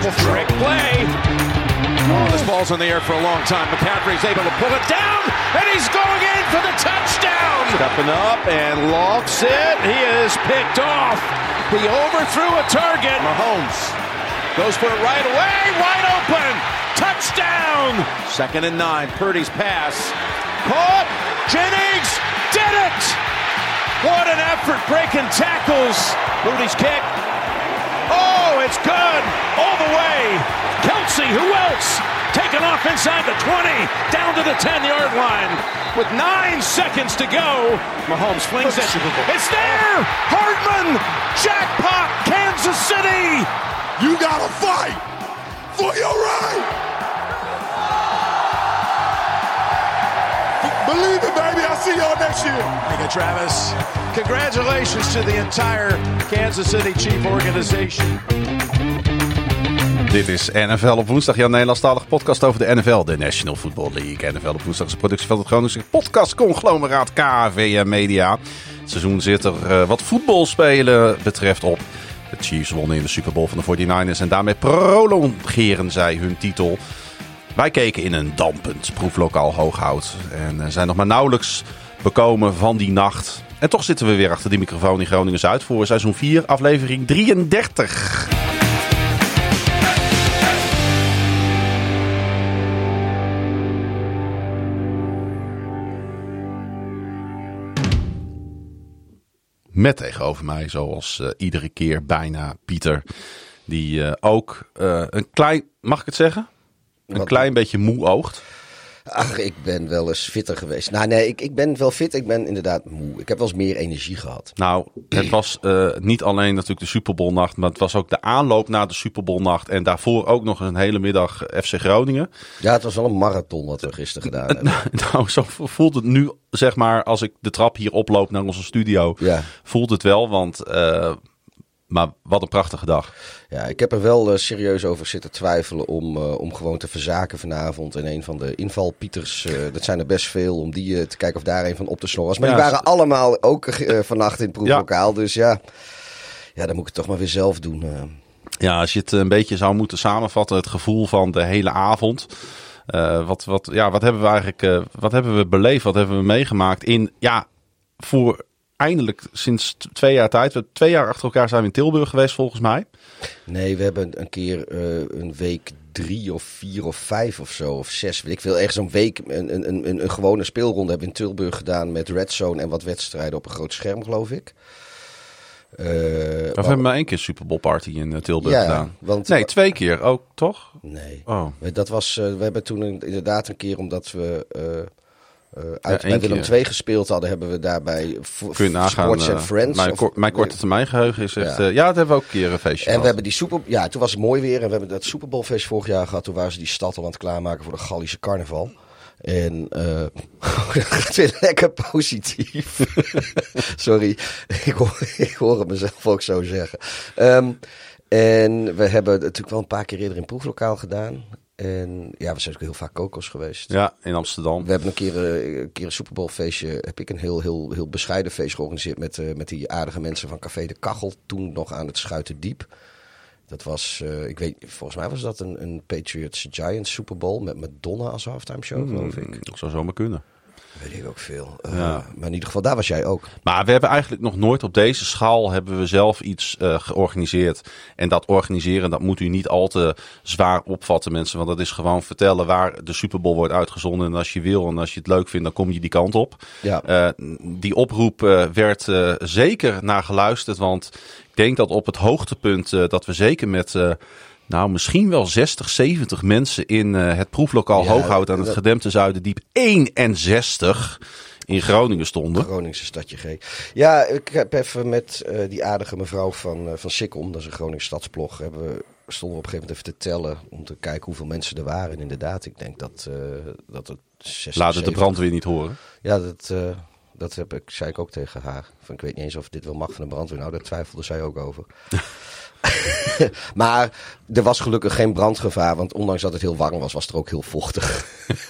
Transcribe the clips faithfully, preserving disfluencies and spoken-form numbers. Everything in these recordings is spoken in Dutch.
Trick play. Oh, this ball's in the air for a long time. McCaffrey's able to pull it down, and he's going in for the touchdown. Stepping up and lofts it. He is picked off. He overthrew a target. Mahomes goes for it right away. Wide open. Touchdown. Second and nine. Purdy's pass. Caught. Jennings did it. What an effort breaking tackles. Moody's kick. Oh, it's good. All the way. Kelsey, who else? Taken off inside the twenty. Down to the ten-yard line. With nine seconds to go. Mahomes flings it. It's there. Hardman. Jackpot. Kansas City. You gotta fight for your right. Believe it, baby. I'll see y'all next year. Thank you, Travis. Congratulations to the entire Kansas City Chief organization. Dit is N F L op woensdag, jouw Nederlandstalige podcast over de N F L, de National Football League. N F L op woensdag is een productie van het Groningse podcastconglomeraat K V M Media. Het seizoen zit er uh, wat voetbalspelen betreft op. De Chiefs wonnen in de Super Bowl van de forty-niners en daarmee prolongeren zij hun titel. Wij keken in een dampend proeflokaal Hooghout en uh, zijn nog maar nauwelijks bekomen van die nacht. En toch zitten we weer achter die microfoon in Groningen-Zuid voor seizoen vier, aflevering drieëndertig. Met tegenover mij, zoals uh, iedere keer bijna, Pieter. Die uh, ook uh, een klein, mag ik het zeggen? Een Wat? klein beetje moe oogt. Ach, ik ben wel eens fitter geweest. Nou nee, ik, ik ben wel fit. Ik ben inderdaad moe. Ik heb wel eens meer energie gehad. Nou, het was uh, niet alleen natuurlijk de Super Bowl nacht, maar het was ook de aanloop naar de Super Bowl nacht. En daarvoor ook nog een hele middag F C Groningen. Ja, het was wel een marathon wat we gisteren gedaan hebben. Nou, zo voelt het nu, zeg maar, als ik de trap hier oploop naar onze studio. Ja. Voelt het wel, want... Uh, Maar wat een prachtige dag. Ja, ik heb er wel uh, serieus over zitten twijfelen om, uh, om gewoon te verzaken vanavond. En een van de invalpieters, uh, dat zijn er best veel, om die uh, te kijken of daar een van op te snorren. Maar ja, die waren allemaal ook uh, vannacht in het proeflokaal. Ja. Dus ja, ja, dan moet ik het toch maar weer zelf doen. Uh. Ja, als je het een beetje zou moeten samenvatten, het gevoel van de hele avond. Uh, wat, wat, ja, wat hebben we eigenlijk uh, wat hebben we beleefd, wat hebben we meegemaakt in, ja, voor... Eindelijk sinds twee jaar tijd. We twee jaar achter elkaar zijn we in Tilburg geweest volgens mij. Nee, we hebben een keer uh, een week drie of vier of vijf of zo. Of zes, weet ik veel. Ergens een week een, een, een, een gewone speelronde hebben we in Tilburg gedaan. Met Red Zone en wat wedstrijden op een groot scherm, geloof ik. Uh, we maar... hebben maar één keer Super Bowl party in Tilburg ja, gedaan. Want, nee, twee keer ook, toch? Nee. Oh. Dat was, uh, we hebben toen een, inderdaad een keer, omdat we... Uh, Uh, uit, ja, bij Willem twee gespeeld hadden, hebben we daarbij v- Kun je nagaan, Sports and Friends. Mijn, of, mijn korte termijn geheugen is echt... Ja. Uh, ja, dat hebben we ook een keer een feestje En gehad. we hebben die Super... Ja, toen was het mooi weer. En we hebben dat Super Bowl feest vorig jaar gehad. Toen waren ze die stad al aan het klaarmaken voor de Gallische carnaval. En uh, dat gaat weer lekker positief. Sorry, ik hoor, ik hoor het mezelf ook zo zeggen. Um, en we hebben het natuurlijk wel een paar keer eerder in proeflokaal gedaan. En ja, we zijn ook heel vaak Kokos geweest. Ja, in Amsterdam. We hebben een keer, uh, een, keer een Super Bowl feestje. Heb ik een heel, heel, heel bescheiden feest georganiseerd met, uh, met die aardige mensen van Café de Kachel. Toen nog aan het Schuitendiep. Dat was, uh, ik weet, volgens mij was dat een, een Patriots Giants Super Bowl met Madonna als halftime show, mm, geloof ik. Dat zou zomaar kunnen. Weet ik ook veel. Uh, ja. Maar in ieder geval, daar was jij ook. Maar we hebben eigenlijk nog nooit op deze schaal hebben we zelf iets uh, georganiseerd. En dat organiseren, dat moet u niet al te zwaar opvatten, mensen. Want dat is gewoon vertellen waar de Super Bowl wordt uitgezonden. En als je wil en als je het leuk vindt, dan kom je die kant op. Ja. Uh, die oproep uh, werd uh, zeker naar geluisterd. Want ik denk dat op het hoogtepunt uh, dat we zeker met... Uh, Nou, misschien wel zestig, zeventig mensen in uh, het proeflokaal ja, Hooghout aan het dat... gedempte Zuiderdiep eenenzestig in Groningen stonden. Groningse stadje G. Ja, ik heb even met uh, die aardige mevrouw van, uh, van Sikkom, dat is een Groningse stadsblog, hebben we, stonden we op een gegeven moment even te tellen om te kijken hoeveel mensen er waren. En inderdaad, ik denk dat, uh, dat het zestig, Laat het zeventig... de brandweer niet horen. Ja, dat... Uh, Dat heb ik, zei ik ook tegen haar. Van, ik weet niet eens of dit wel mag van de brandweer. Nou, daar twijfelde zij ook over. Maar er was gelukkig geen brandgevaar, want ondanks dat het heel warm was, was het er ook heel vochtig.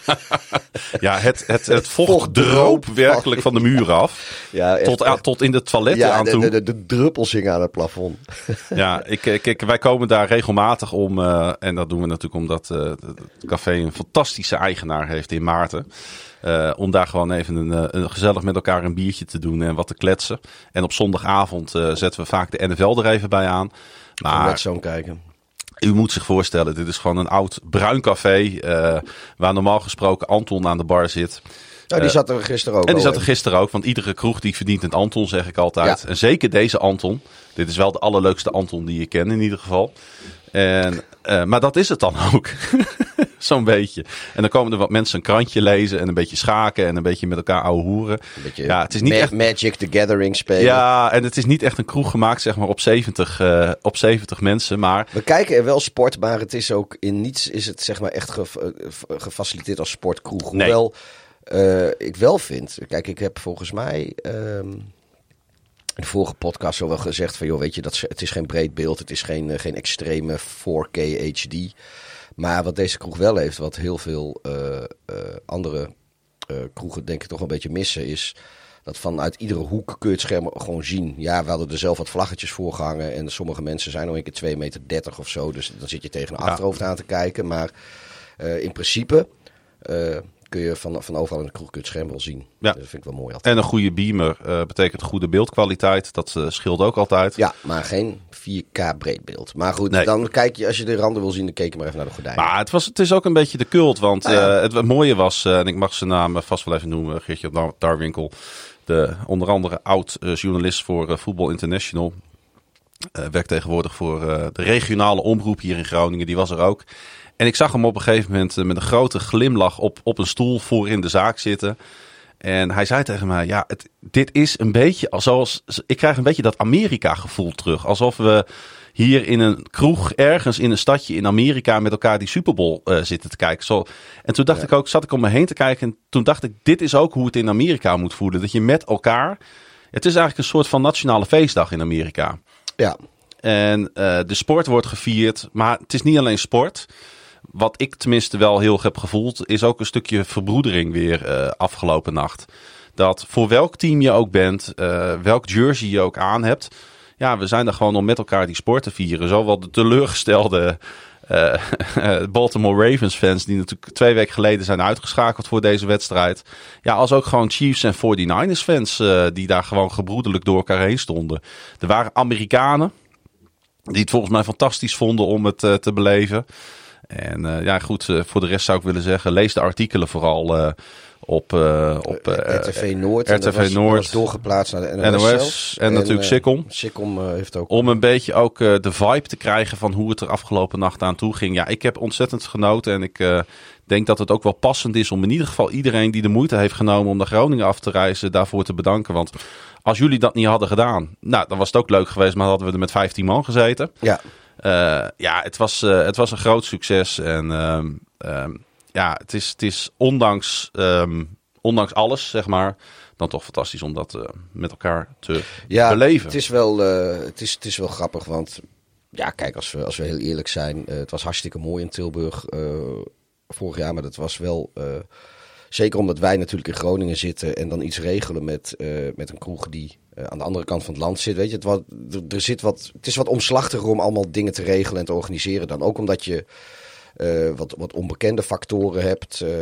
Ja, het, het, het vocht, vocht droop werkelijk van de muren af. Ja, echt, tot, echt. tot in de toiletten ja, aan de, toe. De, de, de druppels hingen aan het plafond. Ja, ik, ik, wij komen daar regelmatig om. Uh, en dat doen we natuurlijk omdat uh, het café een fantastische eigenaar heeft in Maarten. Uh, om daar gewoon even een, een gezellig met elkaar een biertje te doen en wat te kletsen. En op zondagavond uh, zetten we vaak de N F L er even bij aan. Maar met zo'n kijken. U moet zich voorstellen, dit is gewoon een oud bruin café. Uh, waar normaal gesproken Anton aan de bar zit. Nou, die zat er gisteren ook. En die al zat er gisteren ook, want iedere kroeg die verdient een Anton, zeg ik altijd. Ja. En zeker deze Anton. Dit is wel de allerleukste Anton die je kent in ieder geval. En, uh, maar dat is het dan ook. Zo'n beetje. En dan komen er wat mensen een krantje lezen en een beetje schaken en een beetje met elkaar ouwe hoeren. Een beetje ja, het is niet ma- echt... Magic the Gathering spelen. Ja, en het is niet echt een kroeg gemaakt zeg maar op zeventig, uh, op zeventig mensen, maar... We kijken er wel sport, maar het is ook in niets is het zeg maar echt ge- gefaciliteerd als sportkroeg. Nee. Hoewel uh, ik wel vind, kijk, ik heb volgens mij... Um, in de vorige podcast zo wel gezegd van, joh, weet je, dat het is geen breed beeld, het is geen, uh, geen extreme four K H D. Maar wat deze kroeg wel heeft, wat heel veel uh, uh, andere uh, kroegen denk ik toch een beetje missen, is dat vanuit iedere hoek kun je het scherm gewoon zien. Ja, we hadden er zelf wat vlaggetjes voor gehangen en sommige mensen zijn nog een keer twee meter dertig of zo, dus dan zit je tegen een achterhoofd aan te kijken. Maar uh, in principe... Uh, kun je van, van overal in de kroeg kun je het scherm wel zien. Ja. Dat vind ik wel mooi altijd. En een goede beamer uh, betekent goede beeldkwaliteit. Dat uh, scheelt ook altijd. Ja, maar geen vier K breedbeeld. Maar goed, nee. Dan kijk je, als je de randen wil zien, dan keek je maar even naar de gordijnen. Maar het, was, het is ook een beetje de cult. Want ah, ja. uh, het, het mooie was, uh, en ik mag zijn naam vast wel even noemen, Geertje Darwinkel. De onder andere oud uh, journalist voor uh, Voetbal International. Uh, werkt tegenwoordig voor uh, de regionale omroep hier in Groningen. Die was er ook. En ik zag hem op een gegeven moment met een grote glimlach op, op een stoel voor in de zaak zitten. En hij zei tegen mij, ja, het, dit is een beetje zoals... Ik krijg een beetje dat Amerika-gevoel terug. Alsof we hier in een kroeg ergens in een stadje in Amerika met elkaar die Super Bowl uh, zitten te kijken. Zo, en toen dacht ja. ik ook, zat ik om me heen te kijken. En toen dacht ik, dit is ook hoe het in Amerika moet voelen. Dat je met elkaar... Het is eigenlijk een soort van nationale feestdag in Amerika. Ja. En uh, de sport wordt gevierd, maar het is niet alleen sport... Wat ik tenminste wel heel heb gevoeld, is ook een stukje verbroedering weer uh, afgelopen nacht. Dat voor welk team je ook bent, uh, welk jersey je ook aan hebt. Ja, we zijn er gewoon om met elkaar die sport te vieren. Zowel de teleurgestelde uh, Baltimore Ravens fans, die natuurlijk twee weken geleden zijn uitgeschakeld voor deze wedstrijd. Ja, als ook gewoon Chiefs en forty-niners fans uh, die daar gewoon gebroederlijk door elkaar heen stonden. Er waren Amerikanen die het volgens mij fantastisch vonden om het uh, te beleven. En uh, ja, goed, uh, voor de rest zou ik willen zeggen, lees de artikelen vooral uh, op, uh, op uh, R T V Noord. R T V en dat was, Noord. Dat was doorgeplaatst naar de N O S. N O S zelfs. en, en natuurlijk uh, Sikkom. Sikkom uh, heeft ook... Om een beetje ook uh, de vibe te krijgen van hoe het er afgelopen nacht aan toe ging. Ja, ik heb ontzettend genoten en ik uh, denk dat het ook wel passend is om in ieder geval iedereen die de moeite heeft genomen om naar Groningen af te reizen, daarvoor te bedanken. Want als jullie dat niet hadden gedaan, nou, dan was het ook leuk geweest, maar hadden we er met vijftien man gezeten. Ja. Uh, ja, het was, uh, het was een groot succes. En um, um, ja, het is, het is ondanks, um, ondanks alles, zeg maar, dan toch fantastisch om dat uh, met elkaar te ja, beleven. Het is wel, uh, het is, het is wel grappig, want ja, kijk, als we, als we heel eerlijk zijn, uh, het was hartstikke mooi in Tilburg uh, vorig jaar, maar dat was wel... Uh, Zeker omdat wij natuurlijk in Groningen zitten en dan iets regelen met, uh, met een kroeg die uh, aan de andere kant van het land zit. Weet je, het, wat, er, er zit wat, het is wat omslachtiger om allemaal dingen te regelen en te organiseren dan. Ook omdat je uh, wat, wat onbekende factoren hebt. Uh,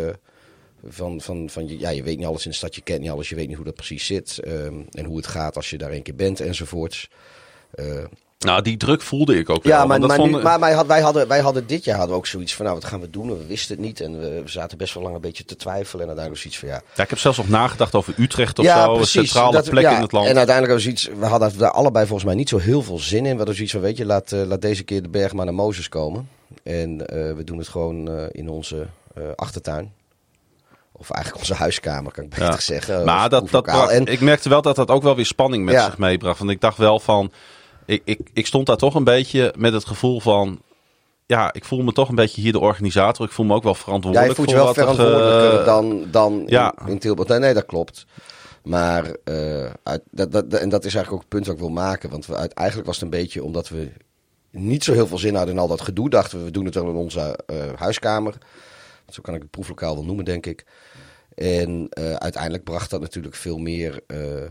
van, van, van, ja, je weet niet alles in de stad, je kent niet alles, je weet niet hoe dat precies zit. Uh, en hoe het gaat als je daar een keer bent enzovoorts. Uh, Nou, die druk voelde ik ook wel. Ja, maar, dat maar, vond... nu, maar wij, had, wij, hadden, wij hadden dit jaar hadden we ook zoiets van, nou, wat gaan we doen? We wisten het niet en we, we zaten best wel lang een beetje te twijfelen. En uiteindelijk zoiets van, ja... Ja, ik heb zelfs nog nagedacht over Utrecht of ja, zo, precies, een centrale dat, plek ja, in het land. En uiteindelijk was iets, we hadden daar allebei volgens mij niet zo heel veel zin in. We hadden zoiets van, weet je, laat, uh, laat deze keer de berg maar naar Mozes komen. En uh, we doen het gewoon uh, in onze uh, achtertuin. Of eigenlijk onze huiskamer, kan ik beter ja. zeggen. Maar dat, dat bracht, en... ik merkte wel dat dat ook wel weer spanning met ja. zich meebracht. Want ik dacht wel van... Ik, ik, ik stond daar toch een beetje met het gevoel van... Ja, ik voel me toch een beetje hier de organisator. Ik voel me ook wel verantwoordelijk. Ja, je voelt je wel verantwoordelijker uh, dan, dan ja. in, in Tilburg. Nee, nee, dat klopt. Maar uh, uit, dat, dat, en dat is eigenlijk ook het punt wat ik wil maken. Want we, uit, eigenlijk was het een beetje omdat we niet zo heel veel zin hadden in al dat gedoe. Dachten we, we doen het wel in onze uh, huiskamer. Zo kan ik het proeflokaal wel noemen, denk ik. En uh, uiteindelijk bracht dat natuurlijk veel meer uh, uh,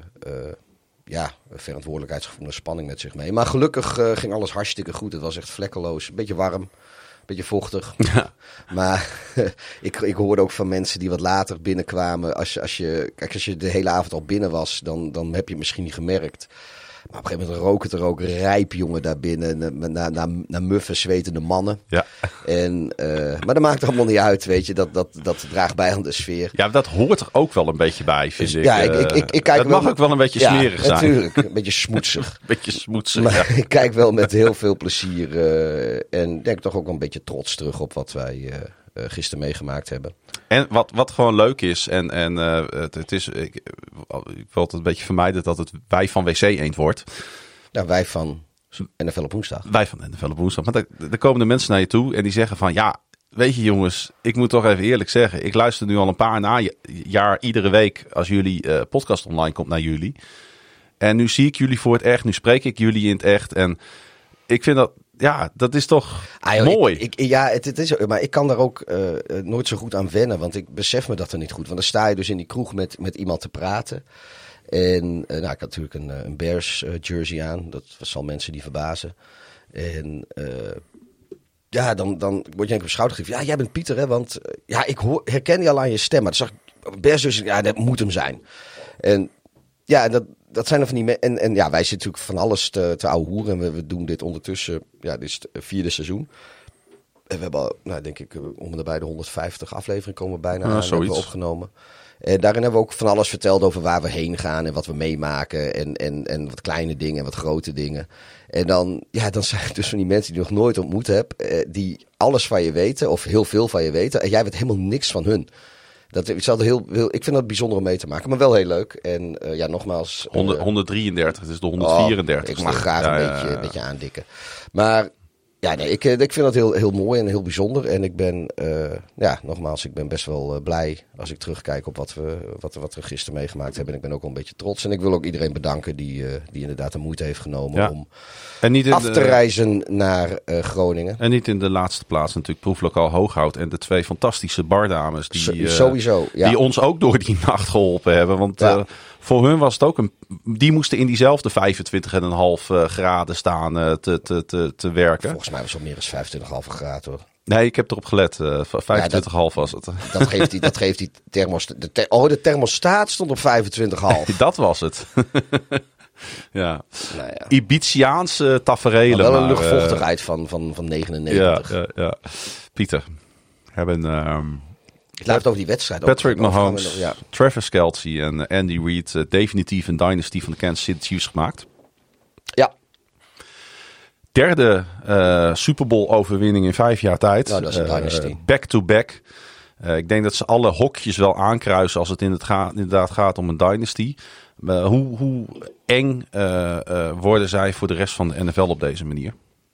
ja, verantwoordelijkheidsgevoel en spanning met zich mee. Maar gelukkig uh, ging alles hartstikke goed. Het was echt vlekkeloos. Een beetje warm, een beetje vochtig. Ja. Maar ik, ik hoorde ook van mensen die wat later binnenkwamen. Als je, als je, kijk, als je de hele avond al binnen was, dan, dan heb je het misschien niet gemerkt. Maar op een gegeven moment rook het er ook rijp, jongen, daar binnen. Naar, naar, naar muffe, zwetende mannen. Ja. En, uh, maar dat maakt allemaal niet uit, weet je. Dat, dat, dat draagt bij aan de sfeer. Ja, dat hoort er ook wel een beetje bij, vind dus, ik. Ja, ik, ik, ik, ik kijk dat wel mag ook wel een beetje smerig ja, zijn. Natuurlijk, een beetje smoetsig. beetje smoetsig, Maar ja. ik kijk wel met heel veel plezier. Uh, en denk toch ook wel een beetje trots terug op wat wij uh, uh, gisteren meegemaakt hebben. En wat, wat gewoon leuk is, en, en uh, het, het is, ik, ik wil het een beetje vermijden dat het wij van W C Eend wordt. Nou, wij van N F L op woensdag. Wij van N F L op woensdag. Maar daar, daar komen de mensen naar je toe en die zeggen van, ja, weet je jongens, ik moet toch even eerlijk zeggen. Ik luister nu al een paar na, jaar iedere week als jullie uh, podcast online komt naar jullie. En nu zie ik jullie voor het echt, nu spreek ik jullie in het echt. En ik vind dat, ja, dat is toch ah, joh, mooi. Ik, ik, ja, het, het is, maar ik kan daar ook uh, nooit zo goed aan wennen, want ik besef me dat er niet goed. Want dan sta je dus in die kroeg met, met iemand te praten. En uh, nou, ik had natuurlijk een, een Bears uh, jersey aan. Dat zal mensen die verbazen. En uh, ja, dan, dan word je eigenlijk op de schouder gegeven. Ja, jij bent Pieter, hè? Want uh, ja, ik hoor, herken je al aan je stem. Maar dan zag ik, Bears jersey, ja, dat moet hem zijn. En ja, dat, dat zijn er van die... Me- en, en ja, wij zitten natuurlijk van alles te, te ouwe hoeren. En we, we doen dit ondertussen, ja, dit is het vierde seizoen. En we hebben al, nou, denk ik, om en nabij de honderdvijftig afleveringen komen bijna ja, aan. Hebben we opgenomen. En daarin hebben we ook van alles verteld over waar we heen gaan en wat we meemaken. En, en, en wat kleine dingen en wat grote dingen. En dan, ja, dan zijn het dus van die mensen die je nog nooit ontmoet hebt. Eh, die alles van je weten of heel veel van je weten. En jij weet helemaal niks van hun. Dat is altijd heel, heel, ik vind dat bijzonder om mee te maken. Maar wel heel leuk. En uh, ja, nogmaals. Uh, honderddraindertig, het is de honderdvierendertig. Oh, ik mag graag ja, een, ja, beetje, ja. een beetje aandikken. Maar... Ja, nee, ik, ik vind dat heel, heel mooi en heel bijzonder. En ik ben, uh, ja, nogmaals, ik ben best wel uh, blij als ik terugkijk op wat we, wat, wat we gisteren meegemaakt hebben. En ik ben ook wel een beetje trots. En ik wil ook iedereen bedanken die, uh, die inderdaad de moeite heeft genomen ja. om en niet af de, te reizen naar uh, Groningen. En niet in de laatste plaats natuurlijk proeflokaal Hooghout en de twee fantastische bardames die, uh, Sowieso, ja. die ons ook door die nacht geholpen hebben. Want ja. uh, voor hun was het ook een... Die moesten in diezelfde vijfentwintig komma vijf uh, graden staan uh, te, te, te, te werken. Volgens mij was het al meer dan vijfentwintig komma vijf graden hoor. Nee, ik heb erop gelet. Uh, vijfentwintig komma vijf ja, was het. Dat geeft die, dat geeft die thermostaat. De ter, oh, de thermostaat stond op vijfentwintig komma vijf. Dat was het. Ja. Nou ja. Ibitiaanse taferelen. Maar wel een luchtvochtigheid uh, van, van, van negenennegentig. Ja, ja, ja. Pieter, hebben... Um, Ik laat het over die wedstrijd. Patrick Mahomes, nog, ja. Travis Kelce en Andy Reid uh, definitief een dynasty van de Kansas City Chiefs gemaakt. Ja. Derde uh, Super Bowl overwinning in vijf jaar tijd. Nou, dat is een dynasty. Uh, back-to-back. Uh, ik denk dat ze alle hokjes wel aankruisen als het in het ga- inderdaad gaat om een dynasty. Uh, hoe, hoe eng uh, uh, worden zij voor de rest van de N F L op deze manier?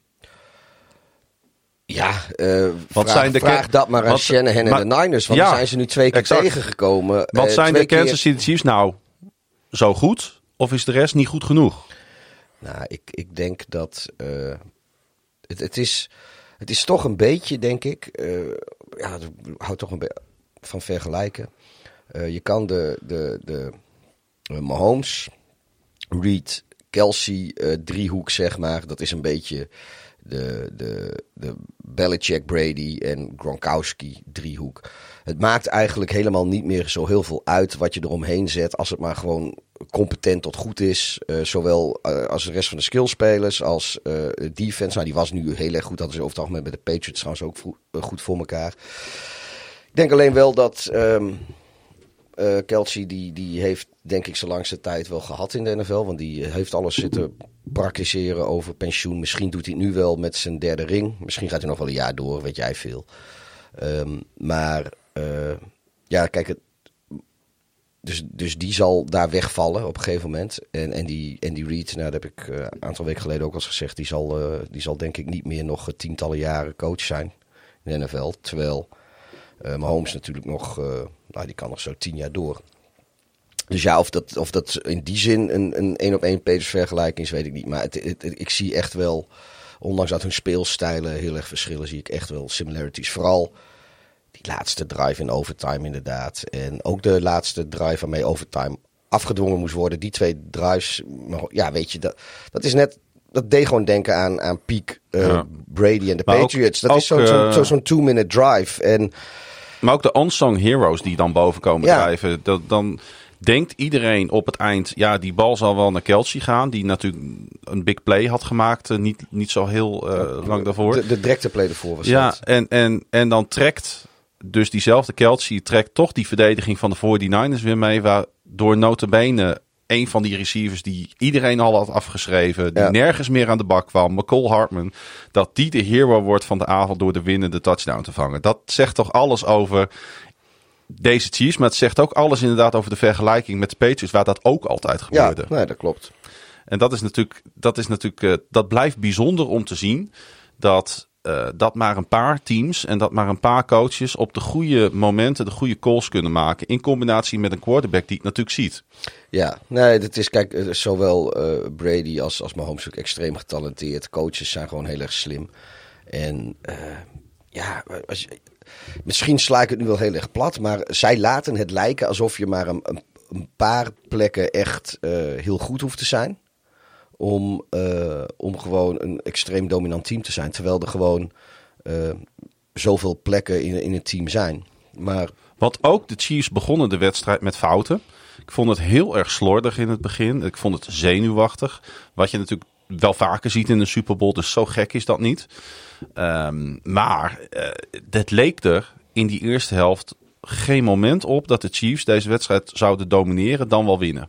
Ja, uh, wat vraag, zijn de vraag dat maar aan wat, Shanahan maar, en de Niners. Want ja, dan zijn ze nu twee keer exact. tegengekomen. Wat uh, zijn de keer... Kansas City Chiefs nou zo goed? Of is de rest niet goed genoeg? Nou, ik, ik denk dat... Uh, het, het, is, het is toch een beetje, denk ik... Uh, ja, het houdt toch een beetje van vergelijken. Uh, je kan de, de, de uh, Mahomes, Reid, Kelce uh, driehoek, zeg maar. Dat is een beetje... De, de, de Belichick, Brady en Gronkowski driehoek. Het maakt eigenlijk helemaal niet meer zo heel veel uit wat je eromheen zet. Als het maar gewoon competent tot goed is. Uh, zowel uh, als de rest van de skillspelers als uh, de defense. Nou, die was nu heel erg goed. Dat is over het algemeen bij de Patriots trouwens ook vro- uh, goed voor elkaar. Ik denk alleen wel dat... Um, Uh, Kelce die, die heeft denk ik zijn langste tijd wel gehad in de N F L. Want die heeft alles zitten praktiseren over pensioen. Misschien doet hij het nu wel met zijn derde ring. Misschien gaat hij nog wel een jaar door, weet jij veel. Um, maar uh, ja, kijk, het, dus, dus die zal daar wegvallen op een gegeven moment. En, en die, en die Reid, nou, dat heb ik uh, een aantal weken geleden ook al eens gezegd. Die zal, uh, die zal denk ik niet meer nog tientallen jaren coach zijn in de N F L. Terwijl... Uh, Mahomes natuurlijk nog, uh, nou die kan nog zo tien jaar door. Dus ja, of dat, of dat in die zin een een één op één Peters vergelijking is, weet ik niet. Maar het, het, het, ik zie echt wel ondanks dat hun speelstijlen heel erg verschillen, zie ik echt wel similarities. Vooral die laatste drive in overtime inderdaad. En ook de laatste drive waarmee overtime afgedwongen moest worden. Die twee drives, ja weet je, dat, dat is net... Dat deed gewoon denken aan, aan peak uh, ja. Brady en de maar Patriots. Ook, dat ook, is zo'n zo, zo, zo'n two-minute drive. En, maar ook de unsung heroes die dan boven komen ja. drijven. Dat, dan denkt iedereen op het eind... Ja, die bal zal wel naar Kelce gaan. Die natuurlijk een big play had gemaakt. Uh, niet, niet zo heel uh, ja, lang daarvoor. De, de directe play ervoor was ja, dat. En, en, en dan trekt dus diezelfde Kelce... trekt toch die verdediging van de forty-niners weer mee. Waardoor nota bene... een van die receivers die iedereen al had afgeschreven. Die ja. nergens meer aan de bak kwam. McCall Hartman. Dat die de hero wordt van de avond door de winnende touchdown te vangen. Dat zegt toch alles over deze Chiefs. Maar het zegt ook alles inderdaad over de vergelijking met de Patriots. Waar dat ook altijd gebeurde. Ja, nee, dat klopt. En dat is natuurlijk, dat is natuurlijk, uh, dat blijft bijzonder om te zien. Dat, uh, dat maar een paar teams en dat maar een paar coaches op de goede momenten de goede calls kunnen maken. In combinatie met een quarterback die het natuurlijk ziet. Ja, nee, dat is, kijk, zowel uh, Brady als, als Mahomes ook extreem getalenteerd. Coaches zijn gewoon heel erg slim. En uh, ja, als je, misschien sla ik het nu wel heel erg plat, maar zij laten het lijken alsof je maar een, een, een paar plekken echt uh, heel goed hoeft te zijn. Om, uh, om gewoon een extreem dominant team te zijn. Terwijl er gewoon uh, zoveel plekken in, in het team zijn. Maar... Want ook de Chiefs begonnen de wedstrijd met fouten. Ik vond het heel erg slordig in het begin. Ik vond het zenuwachtig. Wat je natuurlijk wel vaker ziet in een Super Bowl. Dus zo gek is dat niet. Um, maar uh, het leek er in die eerste helft geen moment op dat de Chiefs deze wedstrijd zouden domineren, dan wel winnen.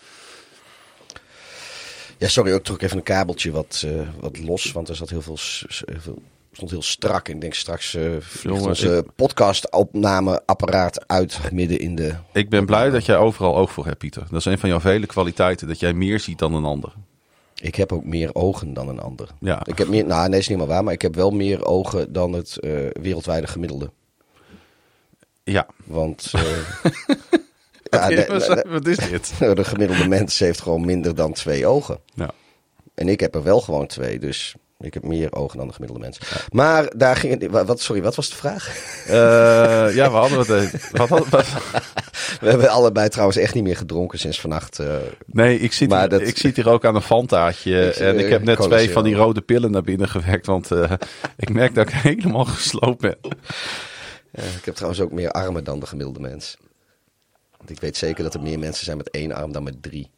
Ja, sorry, ook trok even een kabeltje wat, uh, wat los, want er zat heel veel, heel veel stond heel strak. Ik denk straks uh, vliegt onze ik... podcastopnameapparaat uit midden in de... Ik ben blij dat jij overal oog voor hebt, Pieter. Dat is een van jouw vele kwaliteiten, dat jij meer ziet dan een ander. Ik heb ook meer ogen dan een ander. Ja. Ik heb meer, nou, nee, is niet helemaal waar, maar ik heb wel meer ogen dan het uh, wereldwijde gemiddelde. Ja. Want... Uh, ja, de, de, wat is dit? De gemiddelde mens heeft gewoon minder dan twee ogen. Ja. En ik heb er wel gewoon twee, dus ik heb meer ogen dan de gemiddelde mens. Ja. Maar daar ging het... Wat, sorry, wat was de vraag? Uh, ja, we hadden het... Wat, wat, wat? We hebben allebei trouwens echt niet meer gedronken sinds vannacht. Uh, nee, ik zit, hier, dat... ik zit hier ook aan een Fantaatje. Ik, en ik heb net twee van, van die rode pillen naar binnen gewerkt. Want uh, ik merk dat ik helemaal gesloopt ben. Ja, ik heb trouwens ook meer armen dan de gemiddelde mens. Want ik weet zeker dat er meer mensen zijn met één arm dan met drie.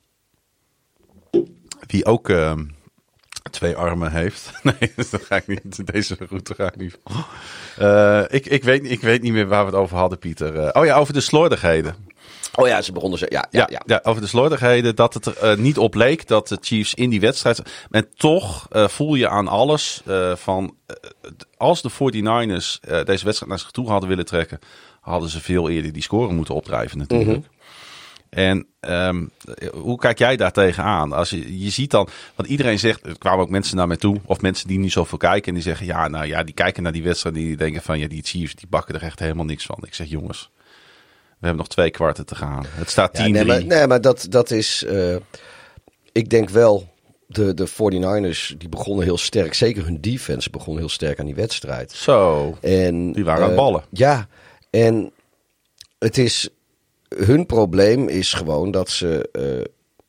Wie ook uh, twee armen heeft. Nee, dat ga ik niet. Deze route ga ik niet. Uh, ik, ik, weet, ik weet niet meer waar we het over hadden, Pieter. Uh, oh ja, over de slordigheden. Oh ja, ze begonnen ze. Ja, ja, ja, ja. ja over de slordigheden. Dat het er uh, niet op leek dat de Chiefs in die wedstrijd. En toch uh, voel je aan alles uh, van. Uh, als de forty-niners uh, deze wedstrijd naar zich toe hadden willen trekken, hadden ze veel eerder die score moeten opdrijven natuurlijk. Mm-hmm. En um, hoe kijk jij daar tegenaan? Als je, je ziet dan, want iedereen zegt, er kwamen ook mensen naar mij toe, of mensen die niet zoveel kijken en die zeggen, ja, nou ja, die kijken naar die wedstrijd en die denken van, ja, die Chiefs, die bakken er echt helemaal niks van. Ik zeg, jongens, we hebben nog twee kwarten te gaan. Het staat tien drie. Ja, nee, maar, nee, maar dat, dat is, uh, ik denk wel, de, de forty-niners, die begonnen heel sterk, zeker hun defense begon heel sterk aan die wedstrijd. Zo, en, die waren uh, aan het ballen. Ja, en het is... Hun probleem is gewoon dat ze uh,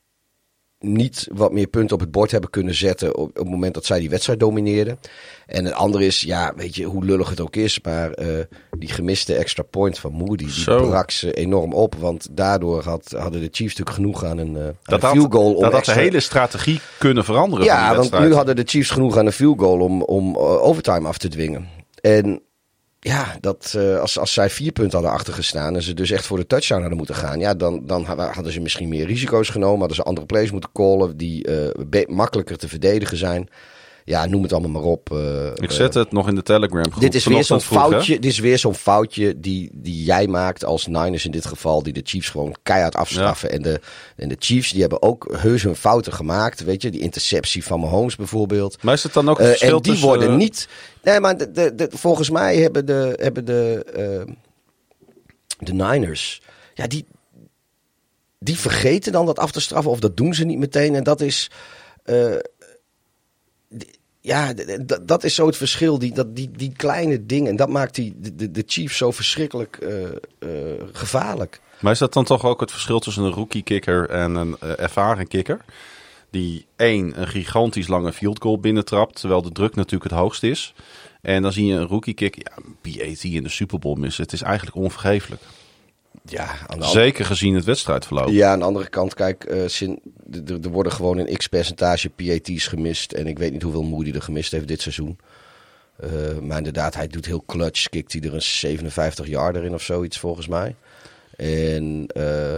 niet wat meer punten op het bord hebben kunnen zetten op, op het moment dat zij die wedstrijd domineerden. En het andere is, ja, weet je, hoe lullig het ook is, maar uh, die gemiste extra point van Moody, die Zo. brak ze enorm op. Want daardoor had, hadden de Chiefs natuurlijk genoeg aan een, uh, aan dat een field goal. Had, om dat extra... had de hele strategie kunnen veranderen. Ja, van die want nu hadden de Chiefs genoeg aan een field goal om, om uh, overtime af te dwingen. En... Ja, dat, uh, als, als zij vier punten hadden achtergestaan en ze dus echt voor de touchdown hadden moeten gaan, ja, dan, dan hadden ze misschien meer risico's genomen. Hadden ze andere plays moeten callen die uh, be- makkelijker te verdedigen zijn. Ja, noem het allemaal maar op. Uh, Ik zet het uh, nog in de Telegram groep. Dit is weer zo'n vroeg, foutje, dit is weer zo'n foutje die, die jij maakt als Niners in dit geval, die de Chiefs gewoon keihard afstraffen. Ja. En, de, en de Chiefs die hebben ook heus hun fouten gemaakt, weet je, die interceptie van Mahomes bijvoorbeeld. Maar is het dan ook het verschil uh, En die tussen, worden uh... niet... Nee, maar de, de, de, volgens mij hebben de, hebben de, uh, de Niners, ja, die, die vergeten dan dat af te straffen of dat doen ze niet meteen. En dat is... Uh, ja, d- d- dat is zo het verschil. Die, dat, die, die kleine dingen. En dat maakt die, de, de Chiefs zo verschrikkelijk uh, uh, gevaarlijk. Maar is dat dan toch ook het verschil tussen een rookie-kicker en een uh, ervaren kicker? Die één, een gigantisch lange field goal binnentrapt, terwijl de druk natuurlijk het hoogst is. En dan zie je een rookie-kicker, ja, P A T in de Super Bowl missen. Het is eigenlijk onvergeeflijk. Ja, aan de Zeker andere... gezien het wedstrijdverloop. Ja, aan de andere kant, kijk, uh, zin, er worden gewoon een x-percentage P A T's gemist. En ik weet niet hoeveel Moody er gemist heeft dit seizoen. Uh, maar inderdaad, hij doet heel clutch. Kikt hij er een zevenenvijftig yarder in of zoiets, volgens mij. En uh,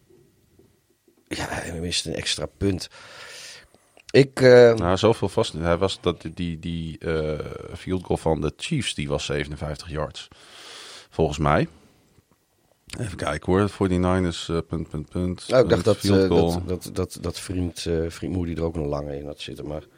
ja, hij mist een extra punt. Ik, uh... Nou, zoveel vast. Hij was dat die, die uh, field goal van de Chiefs, die was zevenenvijftig yards. Volgens mij. Even kijken hoor, forty-niners, uh, punt, punt, punt. Nou, ik dacht dat, uh, dat, dat, dat, dat vriend, uh, vriend Moody er ook een lange in had zitten, maar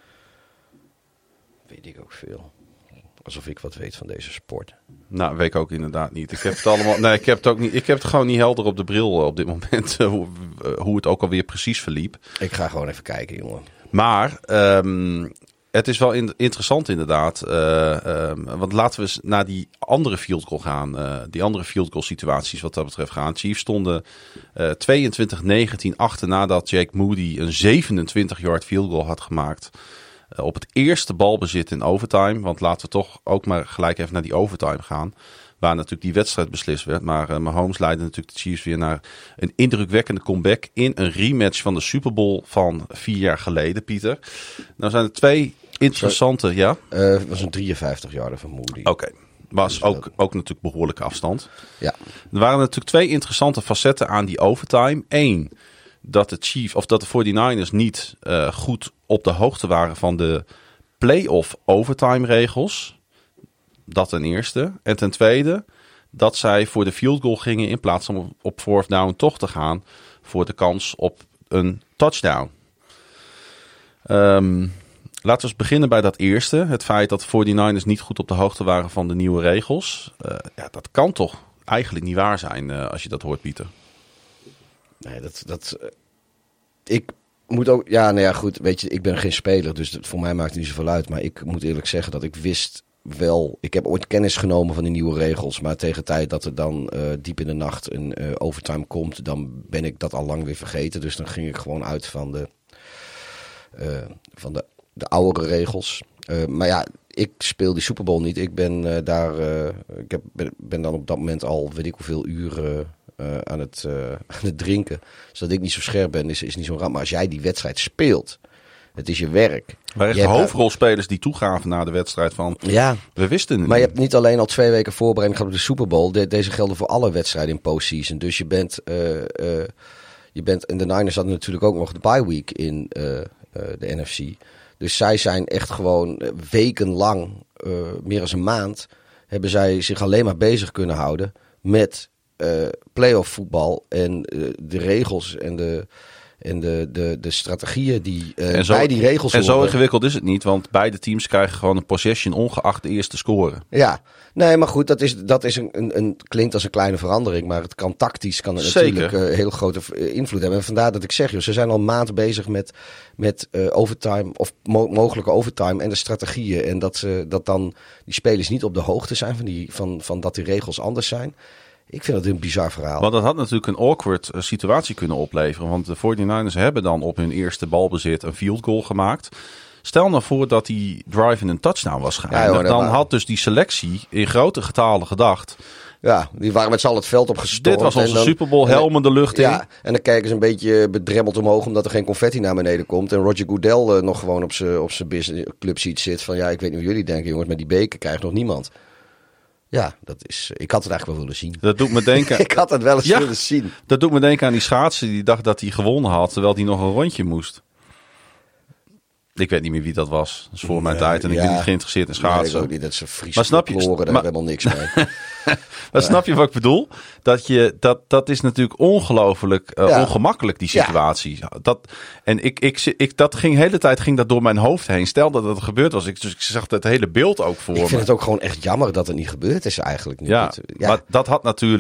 weet ik ook veel. Alsof ik wat weet van deze sport. Nou, weet ik ook inderdaad niet. Ik heb het allemaal. Nee, ik heb het ook niet. Ik heb het gewoon niet helder op de bril op dit moment. hoe, hoe het ook alweer precies verliep. Ik ga gewoon even kijken, jongen. Maar um, het is wel in, interessant inderdaad. Uh, um, want laten we eens naar die andere field goal gaan. Uh, die andere field goal situaties wat dat betreft gaan. Chiefs stonden uh, tweeëntwintig negentien achter nadat Jake Moody een zevenentwintig yard field goal had gemaakt. Uh, op het eerste balbezit in overtime. Want laten we toch ook maar gelijk even naar die overtime gaan. Waar natuurlijk die wedstrijd beslist werd. Maar uh, Mahomes leidde natuurlijk de Chiefs weer naar een indrukwekkende comeback. In een rematch van de Super Bowl van vier jaar geleden, Pieter. Nou zijn er twee interessante... Sorry. Ja? Uh, het was een drieënvijftig yarder van Moody. Oké. Okay. Was ook, ook natuurlijk behoorlijke afstand. Ja. Er waren natuurlijk twee interessante facetten aan die overtime. Eén, dat de Chiefs of dat de forty-niners niet uh, goed op de hoogte waren van de playoff overtime regels. Dat ten eerste. En ten tweede, dat zij voor de field goal gingen in plaats van op fourth down toch te gaan voor de kans op een touchdown. Um, laten we eens beginnen bij dat eerste. Het feit dat de forty-niners niet goed op de hoogte waren van de nieuwe regels. Uh, ja, dat kan toch eigenlijk niet waar zijn uh, als je dat hoort, Pieter. Nee, dat... dat uh, ik moet ook... Ja, nou ja, goed. Weet je, ik ben geen speler, dus dat, voor mij maakt het niet zoveel uit. Maar ik moet eerlijk zeggen dat ik wist... Wel, ik heb ooit kennis genomen van die nieuwe regels. Maar tegen de tijd dat er dan uh, diep in de nacht een uh, overtime komt, dan ben ik dat al lang weer vergeten. Dus dan ging ik gewoon uit van de, uh, van de, de oudere regels. Uh, maar ja, ik speel die Super Bowl niet. Ik ben uh, daar, uh, ik heb, ben, ben dan op dat moment al weet ik hoeveel uren uh, aan, het, uh, aan het drinken. Dus dat ik niet zo scherp ben, is, is niet zo'n ramp. Maar als jij die wedstrijd speelt, het is je werk. Maar echt hoofdrolspelers die toegaven na de wedstrijd van... Ja, we wisten het maar niet. Je hebt niet alleen al twee weken voorbereiding gehad op de Super Bowl. De, deze gelden voor alle wedstrijden in postseason. Dus je bent... Uh, uh, je bent en de Niners hadden natuurlijk ook nog de bye week in uh, uh, de N F C. Dus zij zijn echt gewoon wekenlang, uh, meer dan een maand... hebben zij zich alleen maar bezig kunnen houden met uh, playoff voetbal. En uh, de regels en de... En de, de, de strategieën die uh, zo, bij die regels En horen. zo ingewikkeld is het niet, want beide teams krijgen gewoon een possession ongeacht de eerste score. Ja, nee, maar goed, dat, is, dat is een, een, een, klinkt als een kleine verandering. Maar het kan tactisch kan het Zeker. natuurlijk uh, heel grote invloed hebben. En vandaar dat ik zeg, joh, ze zijn al maanden bezig met, met uh, overtime of mo- mogelijke overtime en de strategieën. En dat, ze, dat dan die spelers niet op de hoogte zijn van, die, van, van dat die regels anders zijn. Ik vind dat een bizar verhaal. Want dat had natuurlijk een awkward uh, situatie kunnen opleveren. Want de forty-niners hebben dan op hun eerste balbezit een field goal gemaakt. Stel nou voor dat die drive in een touchdown was geëindigd. Ja, joh, dan waren... had dus die selectie in grote getalen gedacht... Ja, die waren met z'n allen het veld opgestormd. Dit was onze dan, Super Bowl, helmen de lucht in. Ja, en dan kijken ze een beetje bedremmeld omhoog omdat er geen confetti naar beneden komt. En Roger Goodell uh, nog gewoon op zijn op zijn club seat zit van ja, ik weet niet hoe jullie denken jongens, maar die beker krijgt nog niemand. Ja, dat is. Ik had het eigenlijk wel willen zien. Dat doet me denken. ik had het wel eens ja, willen zien. Dat doet me denken aan die schaatser die dacht dat hij gewonnen had, terwijl hij nog een rondje moest. Ik weet niet meer wie dat was. Dat is voor mijn uh, tijd en ja, ik ben niet geïnteresseerd in schaatsen. Nee, ik ook niet. Dat is een Friese maar snap je, kloren, daar maar, hebben we helemaal niks mee. maar snap je wat ik bedoel? Dat, je, dat, dat is natuurlijk ongelooflijk uh, ja. ongemakkelijk, die situatie. Ja. Dat, en ik, ik, ik, dat ging de hele tijd ging dat door mijn hoofd heen. Stel dat het gebeurd was. Ik, dus ik zag het hele beeld ook voor Ik me. vind het ook gewoon echt jammer dat het niet gebeurd is eigenlijk. Nu. Ja, het, ja. maar dat had natuurlijk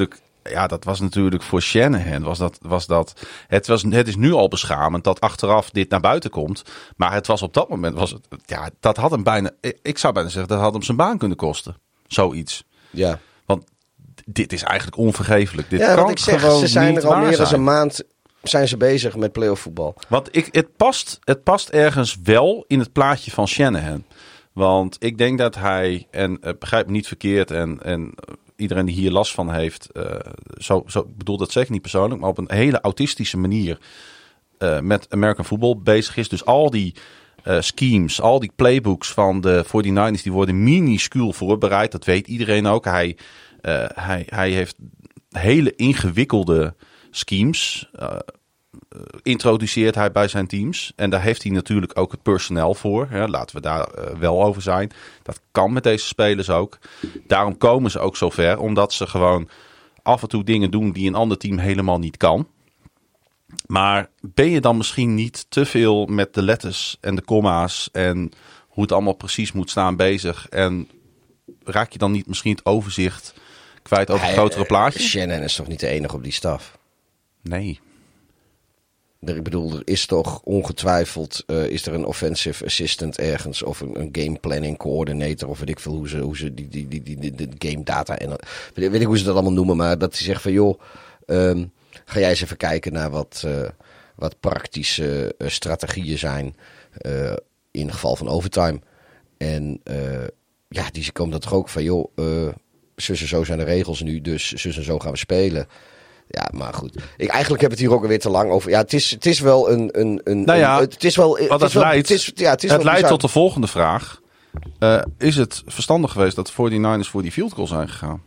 ja, dat was natuurlijk voor Shanahan. Was dat, was dat, het, was, het is nu al beschamend dat achteraf dit naar buiten komt. Maar het was op dat moment, was het, ja, dat had hem bijna, ik zou bijna zeggen, dat had hem zijn baan kunnen kosten. Zoiets. Ja. Want dit is eigenlijk onvergeeflijk. Dit ja, kan wat ik zeg, gewoon ze zijn niet er al waar meer dan zijn. een maand zijn ze bezig met playoff voetbal. Want ik, het, past, het past ergens wel in het plaatje van Shanahan. Want ik denk dat hij, en uh, begrijp me niet verkeerd, en, en uh, iedereen die hier last van heeft, uh, zo, zo ik bedoel dat zeker niet persoonlijk, maar op een hele autistische manier uh, met American football bezig is. Dus al die uh, schemes, al die playbooks van de forty-niners, die worden minuscuul voorbereid. Dat weet iedereen ook. Hij, uh, hij, hij heeft hele ingewikkelde schemes. Uh, introduceert hij bij zijn teams. En daar heeft hij natuurlijk ook het personeel voor. Hè. Laten we daar uh, wel over zijn. Dat kan met deze spelers ook. Daarom komen ze ook zo ver. Omdat ze gewoon af en toe dingen doen die een ander team helemaal niet kan. Maar ben je dan misschien niet te veel met de letters en de komma's en hoe het allemaal precies moet staan bezig? En raak je dan niet misschien het overzicht kwijt over Hij, grotere plaatjes? Shanahan is toch niet de enige op die staf? Nee. Ik bedoel, er is toch ongetwijfeld uh, is er een offensive assistant ergens of een, een game planning coordinator of weet ik veel hoe ze, hoe ze die, die, die, die, die game data en weet, weet ik hoe ze dat allemaal noemen, maar dat hij zegt van joh, um, ga jij eens even kijken naar wat, uh, wat praktische uh, strategieën zijn uh, in geval van overtime. En uh, ja, die komen dat toch ook van joh, uh, zus en zo zijn de regels nu, dus zus en zo gaan we spelen. Ja, maar goed. Ik, eigenlijk heb het hier ook alweer te lang over. Ja, het is, het is wel een... een, een nou ja, een, het is wel... Het, het is wel, leidt, het, is, ja, het, is het wel leidt bizar. tot de volgende vraag. Uh, is het verstandig geweest dat de forty-niners voor die field goal zijn gegaan?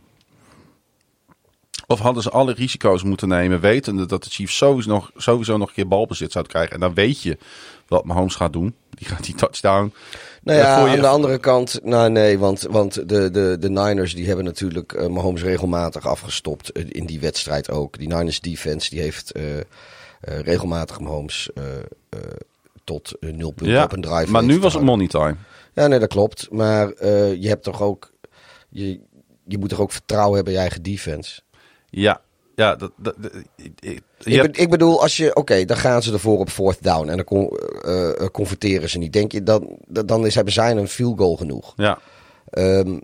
Of hadden ze alle risico's moeten nemen, wetende dat de Chiefs sowieso nog, sowieso nog een keer balbezit zouden krijgen? En dan weet je wat Mahomes gaat doen. Die gaat die touchdown... Nou ja, uh, je... aan de andere kant, nou nee, want, want de, de, de Niners die hebben natuurlijk uh, Mahomes regelmatig afgestopt uh, in die wedstrijd ook. Die Niners defense die heeft uh, uh, regelmatig Mahomes uh, uh, tot uh, nul punten ja, op een drive. maar nu was het money time. Ja, nee, dat klopt. Maar uh, je hebt toch ook, je, je moet toch ook vertrouwen hebben in je eigen defense. Ja. Ja, dat, dat, dat, je ik, hebt... be, ik bedoel, als je, oké, okay, dan gaan ze ervoor op fourth down en dan con, uh, uh, converteren ze niet. Denk je, dan, dan is, hebben zij een field goal genoeg. Ja. Um,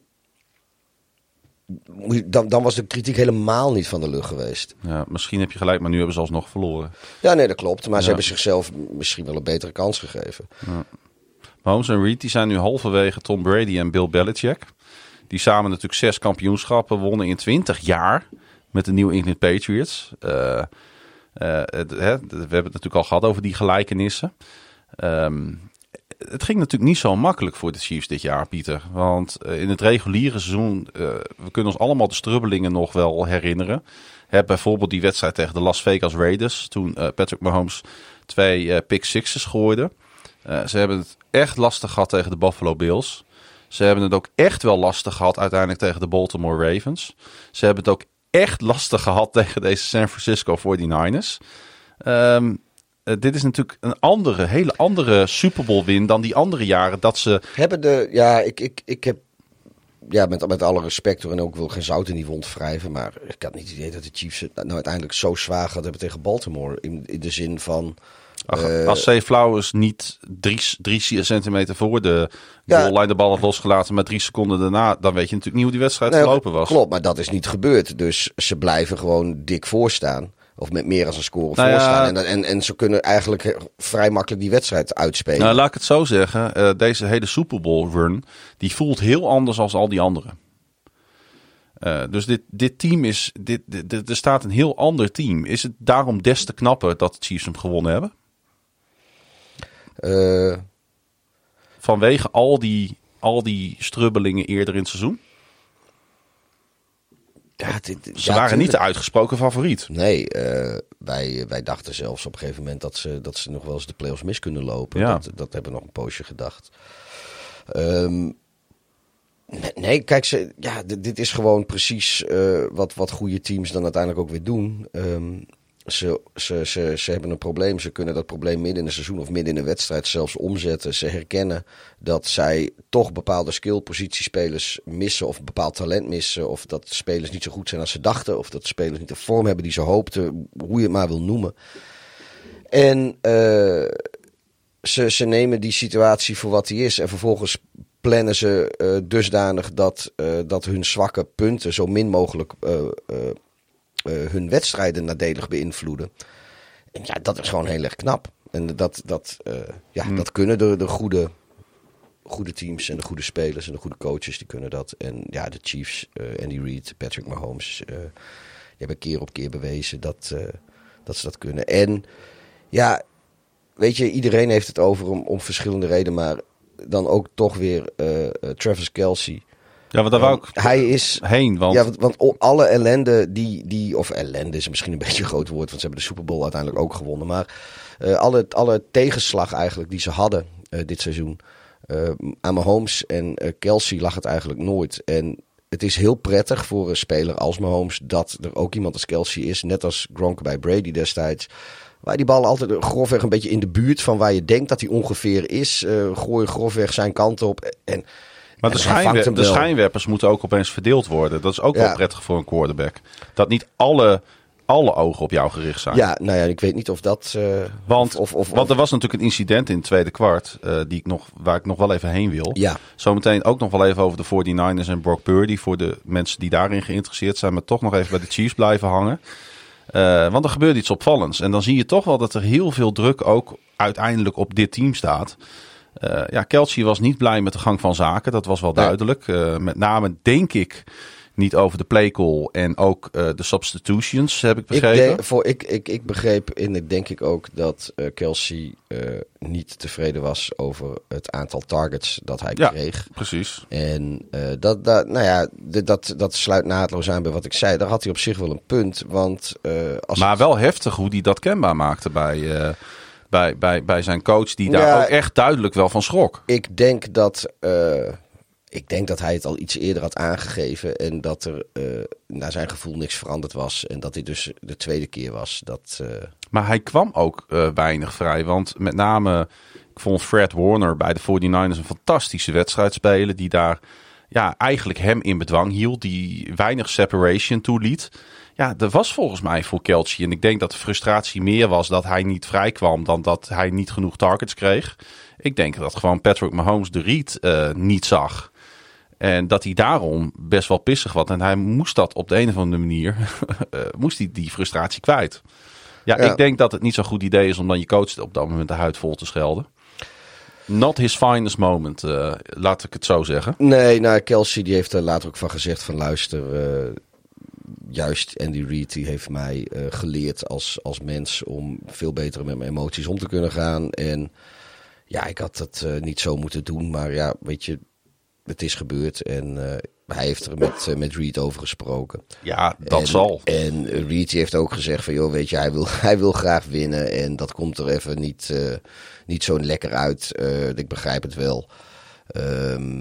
dan, dan was de kritiek helemaal niet van de lucht geweest. Ja, misschien heb je gelijk, maar nu hebben ze alsnog verloren. Ja, nee, dat klopt. Maar ja. ze hebben zichzelf misschien wel een betere kans gegeven. Ja. Mahomes en Reed die zijn nu halverwege Tom Brady en Bill Belichick. Die samen natuurlijk zes kampioenschappen wonnen in twintig jaar... met de New England Patriots. Uh, uh, het, hè, we hebben het natuurlijk al gehad over die gelijkenissen. Um, het ging natuurlijk niet zo makkelijk voor de Chiefs dit jaar, Pieter. Want uh, in het reguliere seizoen, uh, we kunnen ons allemaal de strubbelingen nog wel herinneren. Hè, bijvoorbeeld die wedstrijd tegen de Las Vegas Raiders. Toen uh, Patrick Mahomes twee uh, pick sixes gooide. Uh, ze hebben het echt lastig gehad tegen de Buffalo Bills. Ze hebben het ook echt wel lastig gehad uiteindelijk tegen de Baltimore Ravens. Ze hebben het ook echt lastig gehad tegen deze San Francisco forty-niners. Um, uh, dit is natuurlijk een andere, hele andere Super Bowl win dan die andere jaren dat ze... Hebben de, ja, ik, ik, ik heb, ja, met, met alle respect hoor, en ook wil geen zout in die wond wrijven, maar ik had niet het idee dat de Chiefs het nou uiteindelijk zo zwaar gehad hebben tegen Baltimore. In, in de zin van... Ach, uh, als Zay Flowers niet drie, drie centimeter voor de goal line de bal had losgelaten, maar drie seconden daarna, dan weet je natuurlijk niet hoe die wedstrijd nee, verlopen was. Klopt, maar dat is niet gebeurd. Dus ze blijven gewoon dik voorstaan. Of met meer dan een score nou voorstaan. Ja, en, en, en ze kunnen eigenlijk vrij makkelijk die wedstrijd uitspelen. Nou, laat ik het zo zeggen. Uh, deze hele Super Bowl run, die voelt heel anders als al die anderen. Uh, dus dit, dit team is, dit, dit, dit, er staat een heel ander team. Is het daarom des te knapper dat de Chiefs hem gewonnen hebben? Uh, Vanwege al die, al die strubbelingen eerder in het seizoen? Ja, dit, dit, Ze ja, waren tuurlijk. niet de uitgesproken favoriet. Nee, uh, wij, wij dachten zelfs op een gegeven moment dat ze, dat ze nog wel eens de playoffs mis kunnen lopen. Ja. Dat, dat hebben we nog een poosje gedacht. Um, nee, nee, kijk, ze, ja, dit, dit is gewoon precies uh, wat, wat goede teams dan uiteindelijk ook weer doen. Um, Ze, ze, ze, ze hebben een probleem. Ze kunnen dat probleem midden in een seizoen of midden in een wedstrijd zelfs omzetten. Ze herkennen dat zij toch bepaalde skillpositiespelers missen of een bepaald talent missen. Of dat spelers niet zo goed zijn als ze dachten. Of dat spelers niet de vorm hebben die ze hoopten. Hoe je het maar wil noemen. En uh, ze, ze nemen die situatie voor wat die is. En vervolgens plannen ze uh, dusdanig dat, uh, dat hun zwakke punten zo min mogelijk uh, uh, uh, hun wedstrijden nadelig beïnvloeden. En ja, dat is gewoon heel erg knap. En dat, dat, uh, ja, mm. dat kunnen de, de goede, goede teams en de goede spelers en de goede coaches, die kunnen dat. En ja, de Chiefs, uh, Andy Reid, Patrick Mahomes, uh, die hebben keer op keer bewezen dat, uh, dat ze dat kunnen. En ja, weet je, iedereen heeft het over om, om verschillende redenen, maar dan ook toch weer uh, uh, Travis Kelce. Ja, want daar wou ik hij is heen. Want... Ja, want, want alle ellende die, die... Of ellende is misschien een beetje een groot woord, want ze hebben de Super Bowl uiteindelijk ook gewonnen. Maar uh, alle, alle tegenslag eigenlijk die ze hadden uh, dit seizoen. Uh, aan Mahomes en uh, Kelce lag het eigenlijk nooit. En het is heel prettig voor een speler als Mahomes dat er ook iemand als Kelce is. Net als Gronk bij Brady destijds. Waar die bal altijd grofweg een beetje in de buurt van waar je denkt dat hij ongeveer is. Uh, gooi grofweg zijn kant op. En, maar de, schijnwer- de schijnwerpers moeten ook opeens verdeeld worden. Dat is ook ja. wel prettig voor een quarterback. Dat niet alle, alle ogen op jou gericht zijn. Ja, nou ja, ik weet niet of dat... Uh, want, of, of, want er was natuurlijk een incident in het tweede kwart. Uh, die ik nog, waar ik nog wel even heen wil. Ja. Zometeen ook nog wel even over de forty-niners en Brock Purdy. Voor de mensen die daarin geïnteresseerd zijn. Maar toch nog even bij de Chiefs blijven hangen. Uh, want er gebeurt iets opvallends. En dan zie je toch wel dat er heel veel druk ook uiteindelijk op dit team staat. Uh, ja, Kelce was niet blij met de gang van zaken. Dat was wel duidelijk. Uh, met name denk ik niet over de playcall en ook uh, de substitutions, heb ik begrepen. Ik, denk, voor, ik, ik, ik begreep en ik denk ik ook dat uh, Kelce uh, niet tevreden was over het aantal targets dat hij ja, kreeg. Precies. En uh, dat, dat, nou ja, dat, dat sluit naadloos aan bij wat ik zei. Daar had hij op zich wel een punt. Want, uh, als maar het... wel heftig hoe hij dat kenbaar maakte bij... Uh... Bij, bij, bij zijn coach die daar ja, ook echt duidelijk wel van schrok. Ik denk dat, uh, ik denk dat hij het al iets eerder had aangegeven. En dat er uh, naar zijn gevoel niks veranderd was. En dat dit dus de tweede keer was. Dat, uh... Maar hij kwam ook uh, weinig vrij. Want met name, ik vond Fred Warner bij de forty-niners een fantastische wedstrijd spelen. Die daar ja, eigenlijk hem in bedwang hield. Die weinig separation toeliet. Ja, er was volgens mij voor Kelce. En ik denk dat de frustratie meer was dat hij niet vrij kwam dan dat hij niet genoeg targets kreeg. Ik denk dat gewoon Patrick Mahomes de read uh, niet zag. En dat hij daarom best wel pissig was. En hij moest dat op de een of andere manier, uh, moest hij die frustratie kwijt. Ja, ja, ik denk dat het niet zo'n goed idee is om dan je coach op dat moment de huid vol te schelden. Not his finest moment, uh, laat ik het zo zeggen. Nee, nou, Kelce die heeft er later ook van gezegd van luister... Uh... Juist Andy Reid die heeft mij uh, geleerd als, als mens om veel beter met mijn emoties om te kunnen gaan. En ja, ik had het uh, niet zo moeten doen. Maar ja, weet je, het is gebeurd. En uh, hij heeft er met, uh, met Reid over gesproken. Ja, dat en, zal. En Reid heeft ook gezegd van, joh, weet je, hij wil, hij wil graag winnen. En dat komt er even niet, uh, niet zo lekker uit. Uh, ik begrijp het wel. Um,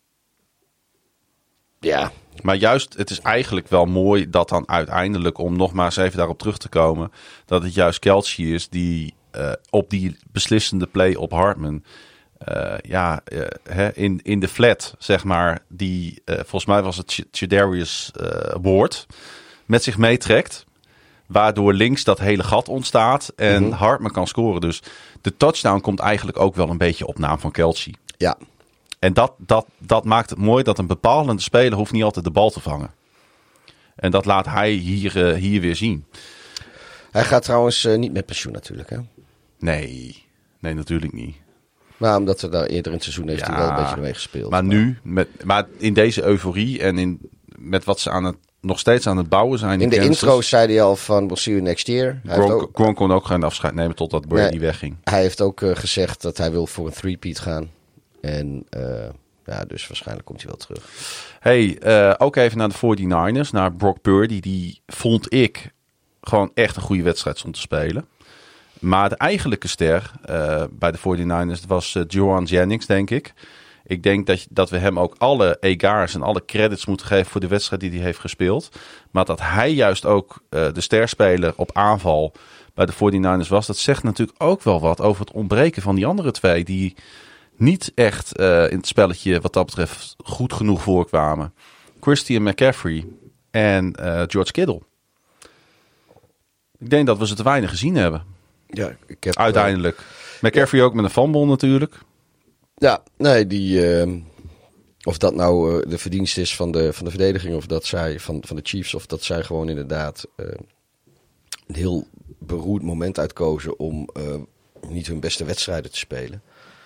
ja... Maar juist, het is eigenlijk wel mooi dat dan uiteindelijk, om nog maar eens even daarop terug te komen, dat het juist Kelce is die uh, op die beslissende play op Hartman, uh, ja, uh, hè, in, in de flat, zeg maar, die, uh, volgens mij was het Chadarius uh, Ward, met zich meetrekt. Waardoor links dat hele gat ontstaat en mm-hmm. Hartman kan scoren. Dus de touchdown komt eigenlijk ook wel een beetje op naam van Kelce. Ja. En dat, dat, dat maakt het mooi dat een bepalende speler hoeft niet altijd de bal te vangen. En dat laat hij hier, uh, hier weer zien. Hij gaat trouwens uh, niet met pensioen natuurlijk, hè? Nee, nee, natuurlijk niet. Maar omdat er daar eerder in het seizoen heeft ja, hij wel een beetje mee gespeeld. Maar, maar nu, met, maar in deze euforie en in, met wat ze aan het, nog steeds aan het bouwen zijn. In, in de Kansas, intro zei hij al van, we'll see you next year. Gronk, ook, Gronk kon ook geen afscheid nemen totdat Brady nee, wegging. Hij heeft ook uh, gezegd dat hij wil voor een three-peat gaan. En uh, ja, dus waarschijnlijk komt hij wel terug. Hey, uh, ook even naar de forty-niners, naar Brock Purdy. Die vond ik gewoon echt een goede wedstrijd stond te spelen. Maar de eigenlijke ster uh, bij de forty-niners was uh, Jauan Jennings, denk ik. Ik denk dat, dat we hem ook alle egaars en alle credits moeten geven voor de wedstrijd die hij heeft gespeeld. Maar dat hij juist ook uh, de sterspeler op aanval bij de forty-niners was. Dat zegt natuurlijk ook wel wat over het ontbreken van die andere twee. Die niet echt uh, in het spelletje wat dat betreft goed genoeg voorkwamen. Christian McCaffrey en uh, George Kittle. Ik denk dat we ze te weinig gezien hebben. Ja, ik heb, Uiteindelijk. Uh, McCaffrey ja. ook met een fumble natuurlijk. Ja, nee, die... Uh, of dat nou uh, de verdienst is van de, van de verdediging of dat zij van, van de Chiefs. Of dat zij gewoon inderdaad uh, een heel beroerd moment uitkozen om uh, niet hun beste wedstrijden te spelen.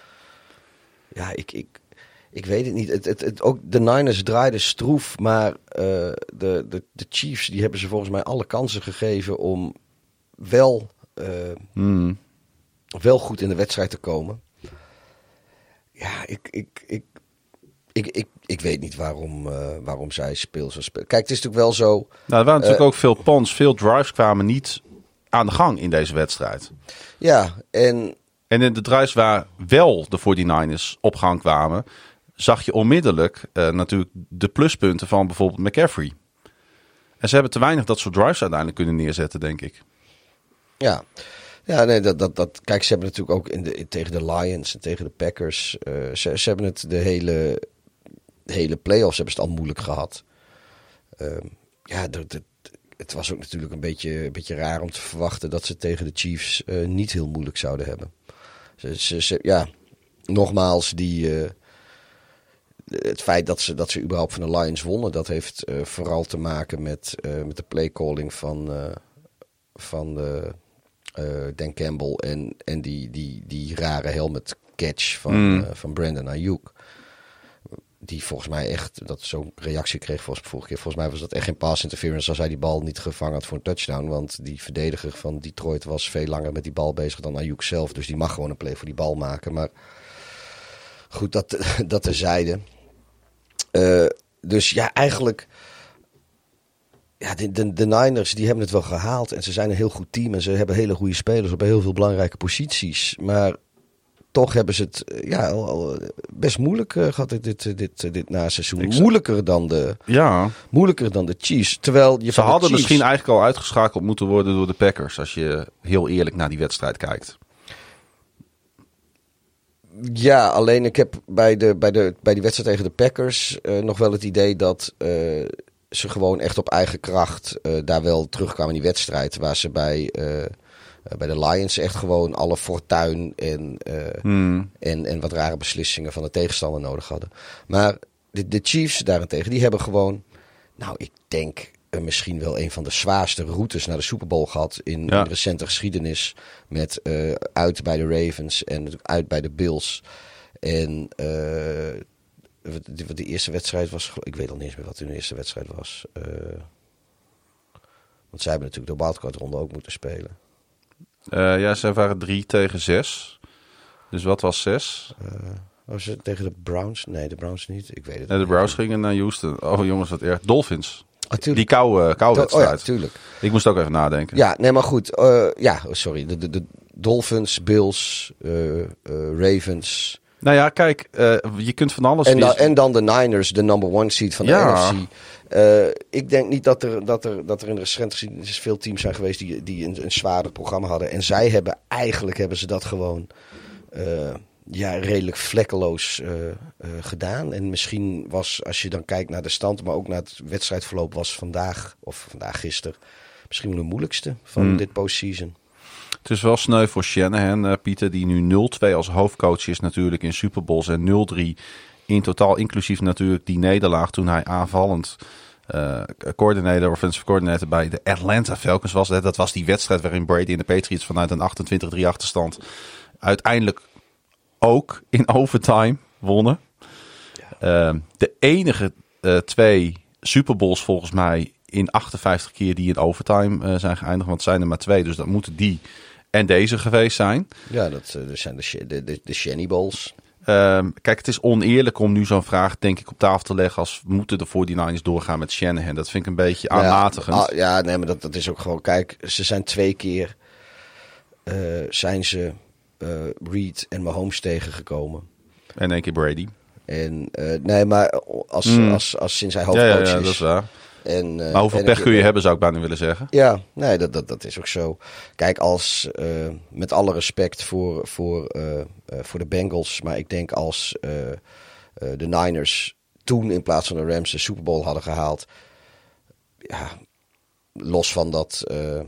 Ja, ik... ik Ik weet het niet. Het, het, het, ook de Niners draaiden stroef, maar uh, de, de, de Chiefs die hebben ze volgens mij alle kansen gegeven om wel, uh, mm. wel goed in de wedstrijd te komen. Ja, ik, ik, ik, ik, ik, ik weet niet waarom, uh, waarom zij speel zo spelen. Kijk, het is natuurlijk wel zo... Nou, er waren natuurlijk uh, ook veel punts, veel drives kwamen niet aan de gang in deze wedstrijd. Ja, en... En in de drives waar wel de forty-niners op gang kwamen, zag je onmiddellijk uh, natuurlijk de pluspunten van bijvoorbeeld McCaffrey. En ze hebben te weinig dat soort drives uiteindelijk kunnen neerzetten, denk ik. Ja, ja nee, dat, dat, dat, kijk, ze hebben natuurlijk ook in de, in, tegen de Lions en tegen de Packers, uh, ze, ze hebben het de hele, de hele playoffs hebben ze het al moeilijk gehad. Uh, ja, dat, dat, het was ook natuurlijk een beetje, een beetje raar om te verwachten dat ze tegen de Chiefs uh, niet heel moeilijk zouden hebben. Ze, ze, ze, ja, nogmaals, die, uh, het feit dat ze, dat ze überhaupt van de Lions wonnen, dat heeft uh, vooral te maken met, uh, met de playcalling van, uh, van de, uh, Dan Campbell en, en die, die, die rare helmet catch van, mm. uh, van Brandon Ayuk. Die volgens mij echt, dat zo'n reactie kreeg volgens, vorige keer. Volgens mij was dat echt geen pass interference als hij die bal niet gevangen had voor een touchdown. Want die verdediger van Detroit was veel langer met die bal bezig dan Ayuk zelf. Dus die mag gewoon een play voor die bal maken. Maar goed, dat, dat terzijde. Uh, dus ja, eigenlijk... Ja, de, de, de Niners die hebben het wel gehaald. En ze zijn een heel goed team. En ze hebben hele goede spelers op heel veel belangrijke posities. Maar... toch hebben ze het ja, al, al best moeilijk uh, gehad dit, dit, dit, dit naseizoen. Moeilijker dan de, ja. moeilijker dan de Chiefs. Terwijl je ze hadden Chiefs... misschien eigenlijk al uitgeschakeld moeten worden door de Packers. Als je heel eerlijk naar die wedstrijd kijkt. Ja, alleen ik heb bij, de, bij, de, bij die wedstrijd tegen de Packers uh, nog wel het idee dat uh, ze gewoon echt op eigen kracht uh, daar wel terugkwamen in die wedstrijd. Waar ze bij... Uh, Uh, bij de Lions echt gewoon alle fortuin en, uh, hmm. en, en wat rare beslissingen van de tegenstander nodig hadden. Maar de, de Chiefs daarentegen, die hebben gewoon, nou ik denk uh, misschien wel een van de zwaarste routes naar de Super Bowl gehad in, ja. in de recente geschiedenis. Met uh, uit bij de Ravens en uit bij de Bills. En uh, wat de eerste wedstrijd was, ik weet al niet eens meer wat hun eerste wedstrijd was. Uh, want zij hebben natuurlijk de wildcard-ronde ook moeten spelen. Uh, ja, ze waren drie tegen zes. Dus wat was zes? Uh, was het tegen de Browns? Nee, de Browns niet. Ik weet het nee, niet. De Browns gingen naar Houston. Oh jongens, wat erg. Dolphins. Ah, die koude, koude wedstrijd. Oh ja, tuurlijk. Ik moest ook even nadenken. Ja, nee, maar goed. Uh, ja, sorry. De, de, de Dolphins, Bills, uh, uh, Ravens. Nou ja, kijk, uh, je kunt van alles... En, da- en dan de Niners, de number one seed van de ja. N F C. Uh, ik denk niet dat er, dat er, dat er in de recente geschiedenis veel teams zijn geweest die, die een, een zwaarder programma hadden. En zij hebben eigenlijk hebben ze dat gewoon uh, ja, redelijk vlekkeloos uh, uh, gedaan. En misschien was, als je dan kijkt naar de stand, maar ook naar het wedstrijdverloop, was vandaag, of vandaag gisteren, misschien wel de moeilijkste van hmm. dit postseason. Het is wel sneu voor Shanahan, uh, Pieter, die nu nul twee als hoofdcoach is natuurlijk in Super Bowls en nul drie in totaal, inclusief natuurlijk die nederlaag toen hij aanvallend uh, coördinator, offensive coordinator bij de Atlanta Falcons was. Dat was die wedstrijd waarin Brady en de Patriots vanuit een achtentwintig drie achterstand uiteindelijk ook in overtime wonnen. Ja. Uh, de enige uh, twee Super Bowls volgens mij in achtenvijftig keer die in overtime uh, zijn geëindigd. Want het zijn er maar twee, dus dat moeten die en deze geweest zijn. Ja, dat uh, zijn de, de, de, de Shanny Bowls. Um, kijk, het is oneerlijk om nu zo'n vraag denk ik op tafel te leggen als moeten de forty-niners doorgaan met Shanahan. Dat vind ik een beetje aanmatigend. Ja, ja nee, maar dat, dat is ook gewoon, kijk, ze zijn twee keer uh, zijn ze uh, Reed en Mahomes tegengekomen. En één keer Brady. En uh, nee, maar als, mm. als, als sinds hij hoofdcoach ja, ja, ja, is... dat is waar. En, uh, maar hoeveel en pech ik, kun je uh, hebben, zou ik bijna willen zeggen. Ja, nee, dat, dat, dat is ook zo. Kijk, als uh, met alle respect voor, voor, uh, uh, voor de Bengals, maar ik denk als uh, uh, de Niners toen in plaats van de Rams de Super Bowl hadden gehaald, ja, los van dat, uh,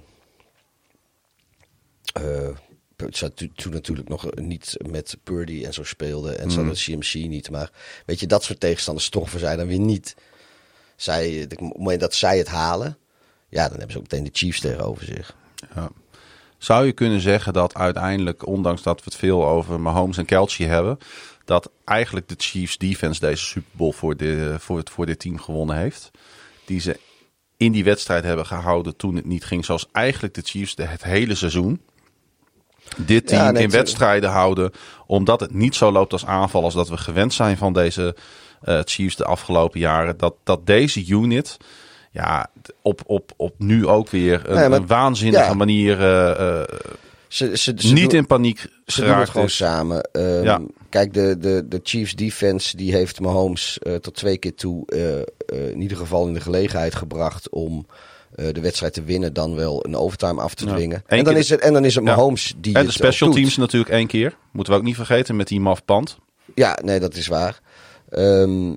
uh, ze toen natuurlijk nog niet met Purdy en zo speelden en mm. zo de C M C niet, maar weet je, dat soort tegenstanders stoffen zij dan weer niet. Zij, op het moment dat zij het halen, ja, dan hebben ze ook meteen de Chiefs tegenover zich. Ja. Zou je kunnen zeggen dat uiteindelijk, ondanks dat we het veel over Mahomes en Kelce hebben, dat eigenlijk de Chiefs defense deze Super Bowl voor, de, voor, het, voor dit team gewonnen heeft? Die ze in die wedstrijd hebben gehouden toen het niet ging, zoals eigenlijk de Chiefs de, het hele seizoen. Dit team ja, nee, in wedstrijden houden, omdat het niet zo loopt als aanval als dat we gewend zijn van deze uh, Chiefs de afgelopen jaren. Dat, dat deze unit ja, op, op, op nu ook weer een, nee, maar, een waanzinnige ja. manier uh, uh, ze, ze, ze niet doen, in paniek ze doen het gewoon is. samen. Um, ja. Kijk, de, de, de Chiefs defense die heeft Mahomes uh, tot twee keer toe uh, uh, in ieder geval in de gelegenheid gebracht om Uh, de wedstrijd te winnen, dan wel een overtime af te dwingen. Ja, en, dan is het, en dan is het Mahomes ja. die En de het special teams natuurlijk één keer. Moeten we ook niet vergeten met die maf pand. Ja, nee, dat is waar. Um,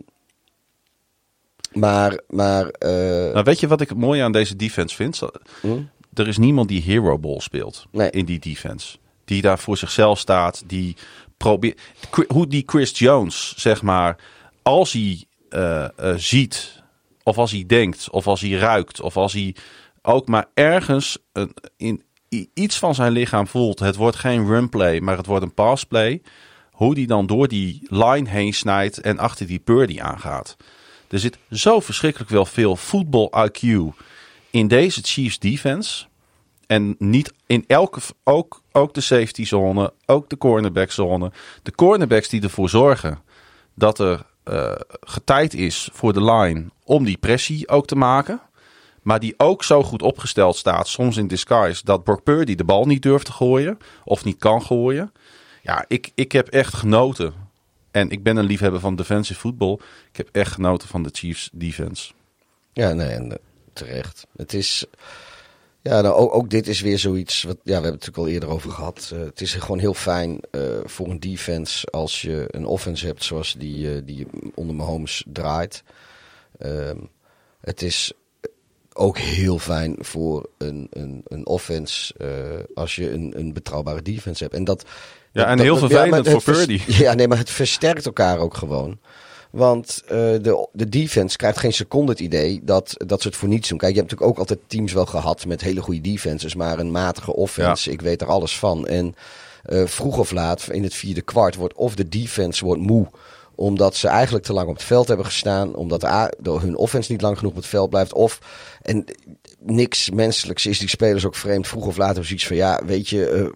maar... maar uh... nou, weet je wat ik mooi aan deze defense vind? Hm? Er is niemand die hero ball speelt nee. in die defense. Die daar voor zichzelf staat. Die probeert... Hoe die Chris Jones, zeg maar, als hij uh, uh, ziet... Of als hij denkt, of als hij ruikt, of als hij ook maar ergens een, in, iets van zijn lichaam voelt. Het wordt geen runplay, maar het wordt een passplay. Hoe die dan door die line heen snijdt en achter die Purdy aangaat. Er zit zo verschrikkelijk wel veel voetbal I Q in deze Chiefs defense. En niet in elke, ook, ook de safety zone, ook de cornerback zone. De cornerbacks die ervoor zorgen dat er uh, getijd is voor de line om die pressie ook te maken. Maar die ook zo goed opgesteld staat, soms in disguise, dat Brock Purdy de bal niet durft te gooien. Of niet kan gooien. Ja, ik, ik heb echt genoten. En ik ben een liefhebber van defensive football. Ik heb echt genoten van de Chiefs defense. Ja, nee, en terecht. Het is... Ja, nou, ook, ook dit is weer zoiets. Wat, ja, we hebben het natuurlijk al eerder over gehad. Uh, het is gewoon heel fijn uh, voor een defense als je een offense hebt zoals die, uh, die onder Mahomes draait. Uh, het is ook heel fijn voor een, een, een offense uh, als je een, een betrouwbare defense hebt. En dat, ja, en dat, heel dat, vervelend ja, voor Purdy. Ja, nee, maar het versterkt elkaar ook gewoon. Want uh, de, de defense krijgt geen seconde het idee dat, dat ze het voor niets doen. Kijk, je hebt natuurlijk ook altijd teams wel gehad met hele goede defenses, maar een matige offense. Ja. Ik weet er alles van. En uh, vroeg of laat, in het vierde kwart, wordt of de defense wordt moe, omdat ze eigenlijk te lang op het veld hebben gestaan, omdat A, door hun offense niet lang genoeg op het veld blijft. Of, en niks menselijks is die spelers ook vreemd, vroeg of laat hebben zoiets van, ja, weet je, uh,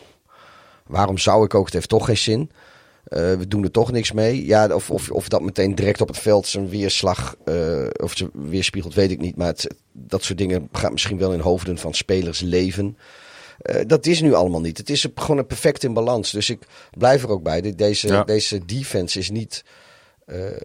waarom zou ik ook, het heeft toch geen zin. Uh, we doen er toch niks mee. Ja, of, of, of dat meteen direct op het veld zijn weerslag, uh, of ze weerspiegelt, weet ik niet. Maar het, dat soort dingen gaat misschien wel in hoofden van spelers leven. Uh, dat is nu allemaal niet. Het is gewoon een perfect in balans. Dus ik blijf er ook bij. Deze, ja. deze defense is niet, uh, uh,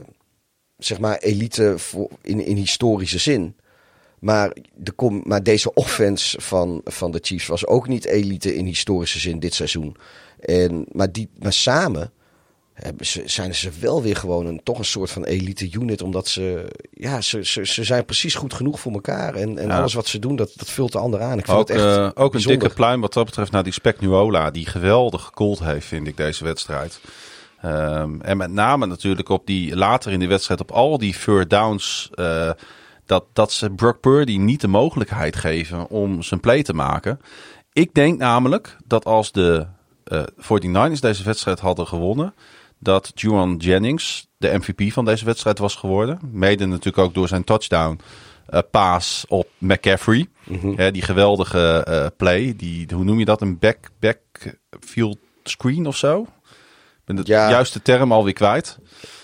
zeg maar, elite voor, in, in historische zin. Maar, de, maar deze offense van, van de Chiefs was ook niet elite in historische zin dit seizoen. En, maar, die, maar samen hebben ze, zijn ze wel weer gewoon een, toch een soort van elite unit. Omdat ze, ja, ze, ze, ze zijn precies goed genoeg voor elkaar. En, en ja. alles wat ze doen, dat, dat vult de ander aan. Ik vind ook, het echt uh, ook een dikke pluim wat dat betreft naar die Spagnuolo. Die geweldig gecallt heeft, vind ik, deze wedstrijd. Um, en met name natuurlijk op die, later in de wedstrijd op al die third downs. Uh, dat, dat ze Brock Purdy niet de mogelijkheid geven om zijn play te maken. Ik denk namelijk dat als de uh, forty-niners deze wedstrijd hadden gewonnen, dat Juwan Jennings de M V P van deze wedstrijd was geworden. Mede natuurlijk ook door zijn touchdown uh, pass op McCaffrey. Mm-hmm. Hè, die geweldige uh, play. Die, hoe noem je dat? Een back, backfield screen of zo? Ik ben de ja. juiste term alweer kwijt.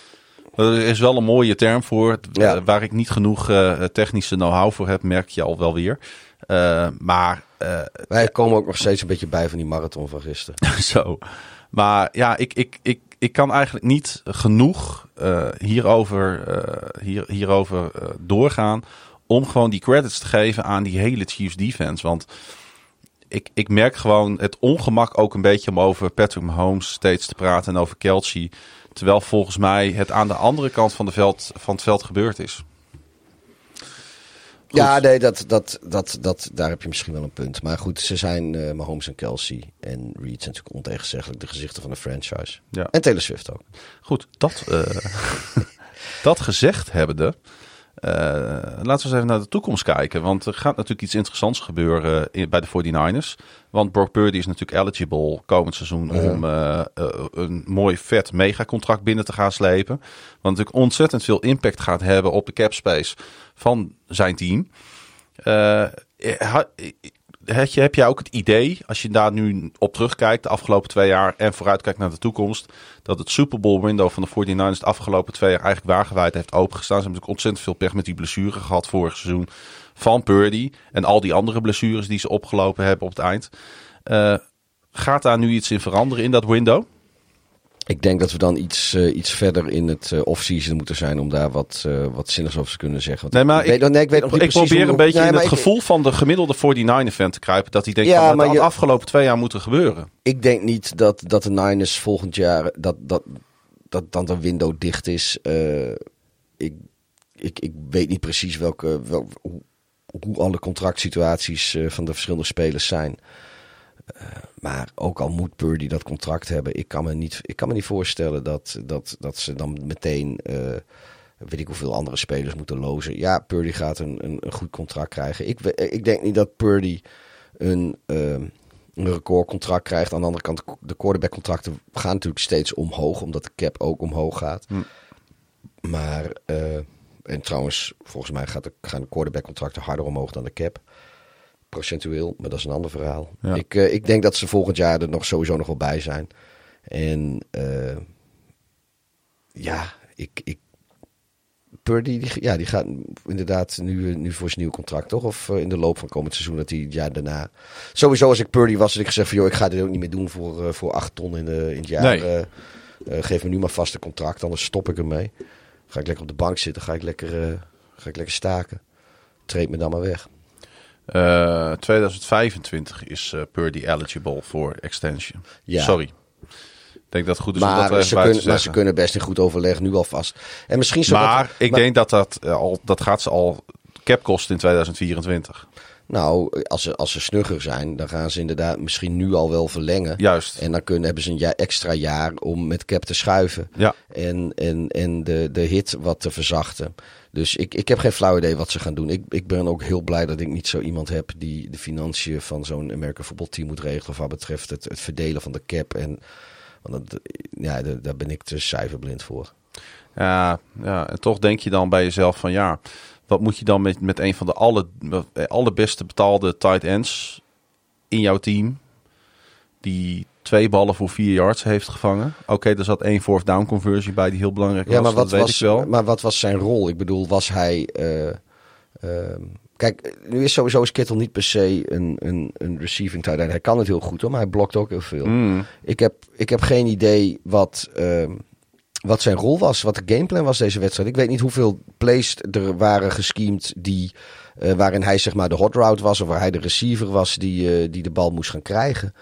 Er is wel een mooie term voor. Ja. Waar ik niet genoeg uh, technische know-how voor heb, merk je al wel weer. Uh, maar Uh, Wij komen ook nog steeds een beetje bij van die marathon van gisteren. Zo. Maar ja, ik, ik, ik, ik kan eigenlijk niet genoeg uh, hierover, uh, hier, hierover uh, doorgaan om gewoon die credits te geven aan die hele Chiefs defense. Want ik, ik merk gewoon het ongemak ook een beetje om over Patrick Mahomes steeds te praten en over Kelce. Terwijl volgens mij het aan de andere kant van, de veld, van het veld gebeurd is. Goed. Ja, nee, dat, dat, dat, dat, daar heb je misschien wel een punt. Maar goed, ze zijn uh, Mahomes en Kelce en Reed zijn natuurlijk ontegenzeggelijk de gezichten van de franchise. Ja. En Taylor Swift ook. Goed, dat, uh, dat gezegd hebbende, uh, laten we eens even naar de toekomst kijken. Want er gaat natuurlijk iets interessants gebeuren in, bij de forty-niners. Want Brock Purdy is natuurlijk eligible komend seizoen uh-huh. om uh, uh, een mooi vet megacontract binnen te gaan slepen. Wat natuurlijk ontzettend veel impact gaat hebben op de cap space van zijn team. Uh, heb, je, heb jij ook het idee, als je daar nu op terugkijkt, de afgelopen twee jaar en vooruitkijkt naar de toekomst, dat het Super Bowl window van de forty-niners de afgelopen twee jaar eigenlijk wagenwijd heeft opengestaan? Ze hebben natuurlijk ontzettend veel pech met die blessure gehad vorig seizoen van Purdy en al die andere blessures die ze opgelopen hebben op het eind. Uh, gaat daar nu iets in veranderen in dat window? Ik denk dat we dan iets, uh, iets verder in het uh, off-season moeten zijn om daar wat, uh, wat zinnigs over te kunnen zeggen. Want nee, maar ik, ik, weet, nee, ik, weet nog niet ik probeer hoe, een beetje nee, in het ik, gevoel van de gemiddelde forty-niner-fan te kruipen. Dat hij denkt ja, van, dat de je, afgelopen twee jaar moeten gebeuren. Ik denk niet dat, dat de Niners volgend jaar, dat, dat, dat dan de window dicht is. Uh, ik, ik, ik weet niet precies welke, wel, hoe, hoe alle contractsituaties uh, van de verschillende spelers zijn. Uh, maar ook al moet Purdy dat contract hebben, ik kan me niet, ik kan me niet voorstellen dat, dat, dat ze dan meteen, uh, weet ik hoeveel andere spelers moeten lozen. Ja, Purdy gaat een, een, een goed contract krijgen. Ik, ik denk niet dat Purdy een, uh, een recordcontract krijgt. Aan de andere kant, de quarterbackcontracten gaan natuurlijk steeds omhoog, omdat de cap ook omhoog gaat. Hm. Maar, uh, en trouwens, volgens mij gaat de, gaan de quarterbackcontracten harder omhoog dan de cap. Procentueel, maar dat is een ander verhaal. Ja. Ik, uh, ik denk dat ze volgend jaar er nog sowieso nog wel bij zijn. En uh, ja, ik, ik Purdy, die, ja, die gaat inderdaad nu, nu voor zijn nieuw contract, toch? Of uh, in de loop van komend seizoen dat hij het jaar daarna. Sowieso als ik Purdy was, had ik gezegd van joh, ik ga dit ook niet meer doen voor, uh, voor acht ton in, de, in het jaar. Nee. Uh, uh, geef me nu maar vast een contract, anders stop ik ermee. Ga ik lekker op de bank zitten, ga ik lekker, uh, ga ik lekker staken. Treed me dan maar weg. Uh, tweeduizend vijfentwintig is uh, Purdy eligible voor extension. Ja. Sorry. Ik denk dat het goed is maar om dat even ze bij kunnen, te Maar ze kunnen best in goed overleg nu alvast. En misschien zo maar dat, ik maar, denk dat dat, uh, al, dat gaat ze al cap kosten in tweeduizend vierentwintig. Nou, als ze, als ze snugger zijn, dan gaan ze inderdaad misschien nu al wel verlengen. Juist. En dan kunnen, hebben ze een jaar, extra jaar om met cap te schuiven. Ja. En, en, en de, de hit wat te verzachten. Dus ik, ik heb geen flauw idee wat ze gaan doen. Ik, ik ben ook heel blij dat ik niet zo iemand heb die de financiën van zo'n American voetbalteam moet regelen. Of wat betreft het, het verdelen van de cap. En, want dat, ja, daar ben ik te cijferblind voor. Ja, ja, en toch denk je dan bij jezelf van ja, wat moet je dan met, met een van de alle, allerbeste betaalde tight ends in jouw team, die twee ballen voor vier yards heeft gevangen. Oké, okay, er zat één fourth down conversie bij die heel belangrijk was, ja, maar wat dat weet was, ik wel. Maar wat was zijn rol? Ik bedoel, was hij... Uh, uh, kijk, nu is sowieso is Kittle niet per se een, een, een receiving tight end. Hij kan het heel goed hoor, maar hij blokt ook heel veel. Mm. Ik, heb, ik heb geen idee wat... Uh, Wat zijn rol was, wat de gameplan was deze wedstrijd. Ik weet niet hoeveel plays er waren geschemed die, uh, waarin hij zeg maar de hot route was. Of waar hij de receiver was die, uh, die de bal moest gaan krijgen.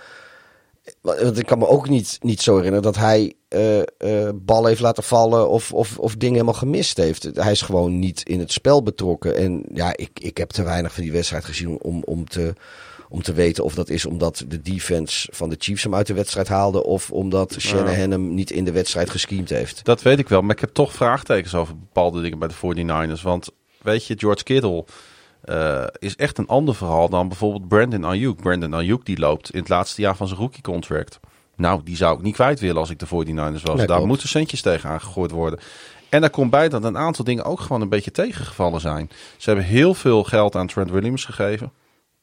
Want ik kan me ook niet, niet zo herinneren dat hij uh, uh, bal heeft laten vallen of, of, of dingen helemaal gemist heeft. Hij is gewoon niet in het spel betrokken. En ja, ik, ik heb te weinig van die wedstrijd gezien om, om te... Om te weten of dat is omdat de defense van de Chiefs hem uit de wedstrijd haalde. Of omdat Shanahan hem niet in de wedstrijd geschemed heeft. Dat weet ik wel. Maar ik heb toch vraagtekens over bepaalde dingen bij de forty-niners. Want weet je, George Kittle uh, is echt een ander verhaal dan bijvoorbeeld Brandon Ayuk. Brandon Ayuk die loopt in het laatste jaar van zijn rookie contract. Nou, die zou ik niet kwijt willen als ik de forty-niners was. Nee, daar moeten centjes tegen aangegooid worden. En daar komt bij dat een aantal dingen ook gewoon een beetje tegengevallen zijn. Ze hebben heel veel geld aan Trent Williams gegeven.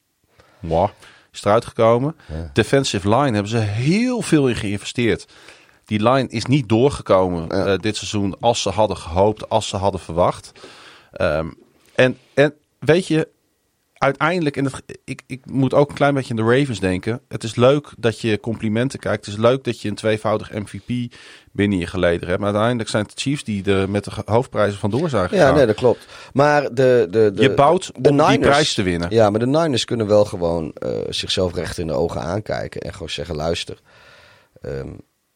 Wow, is eruit gekomen. Ja. Defensive line hebben ze heel veel in geïnvesteerd. Die line is niet doorgekomen ja. uh, dit seizoen als ze hadden gehoopt, als ze hadden verwacht. Um, en, en weet je, uiteindelijk, en het, ik, ik moet ook een klein beetje aan de Ravens denken. Het is leuk dat je complimenten kijkt. Het is leuk dat je een tweevoudig M V P binnen je geleden hebt. Maar uiteindelijk zijn het de Chiefs die er met de hoofdprijzen vandoor zijn gegaan. Ja, nee, dat klopt. Maar de, de, de, je bouwt de om Niners, die prijs te winnen. Ja, maar de Niners kunnen wel gewoon uh, zichzelf recht in de ogen aankijken. En gewoon zeggen, luister. Um,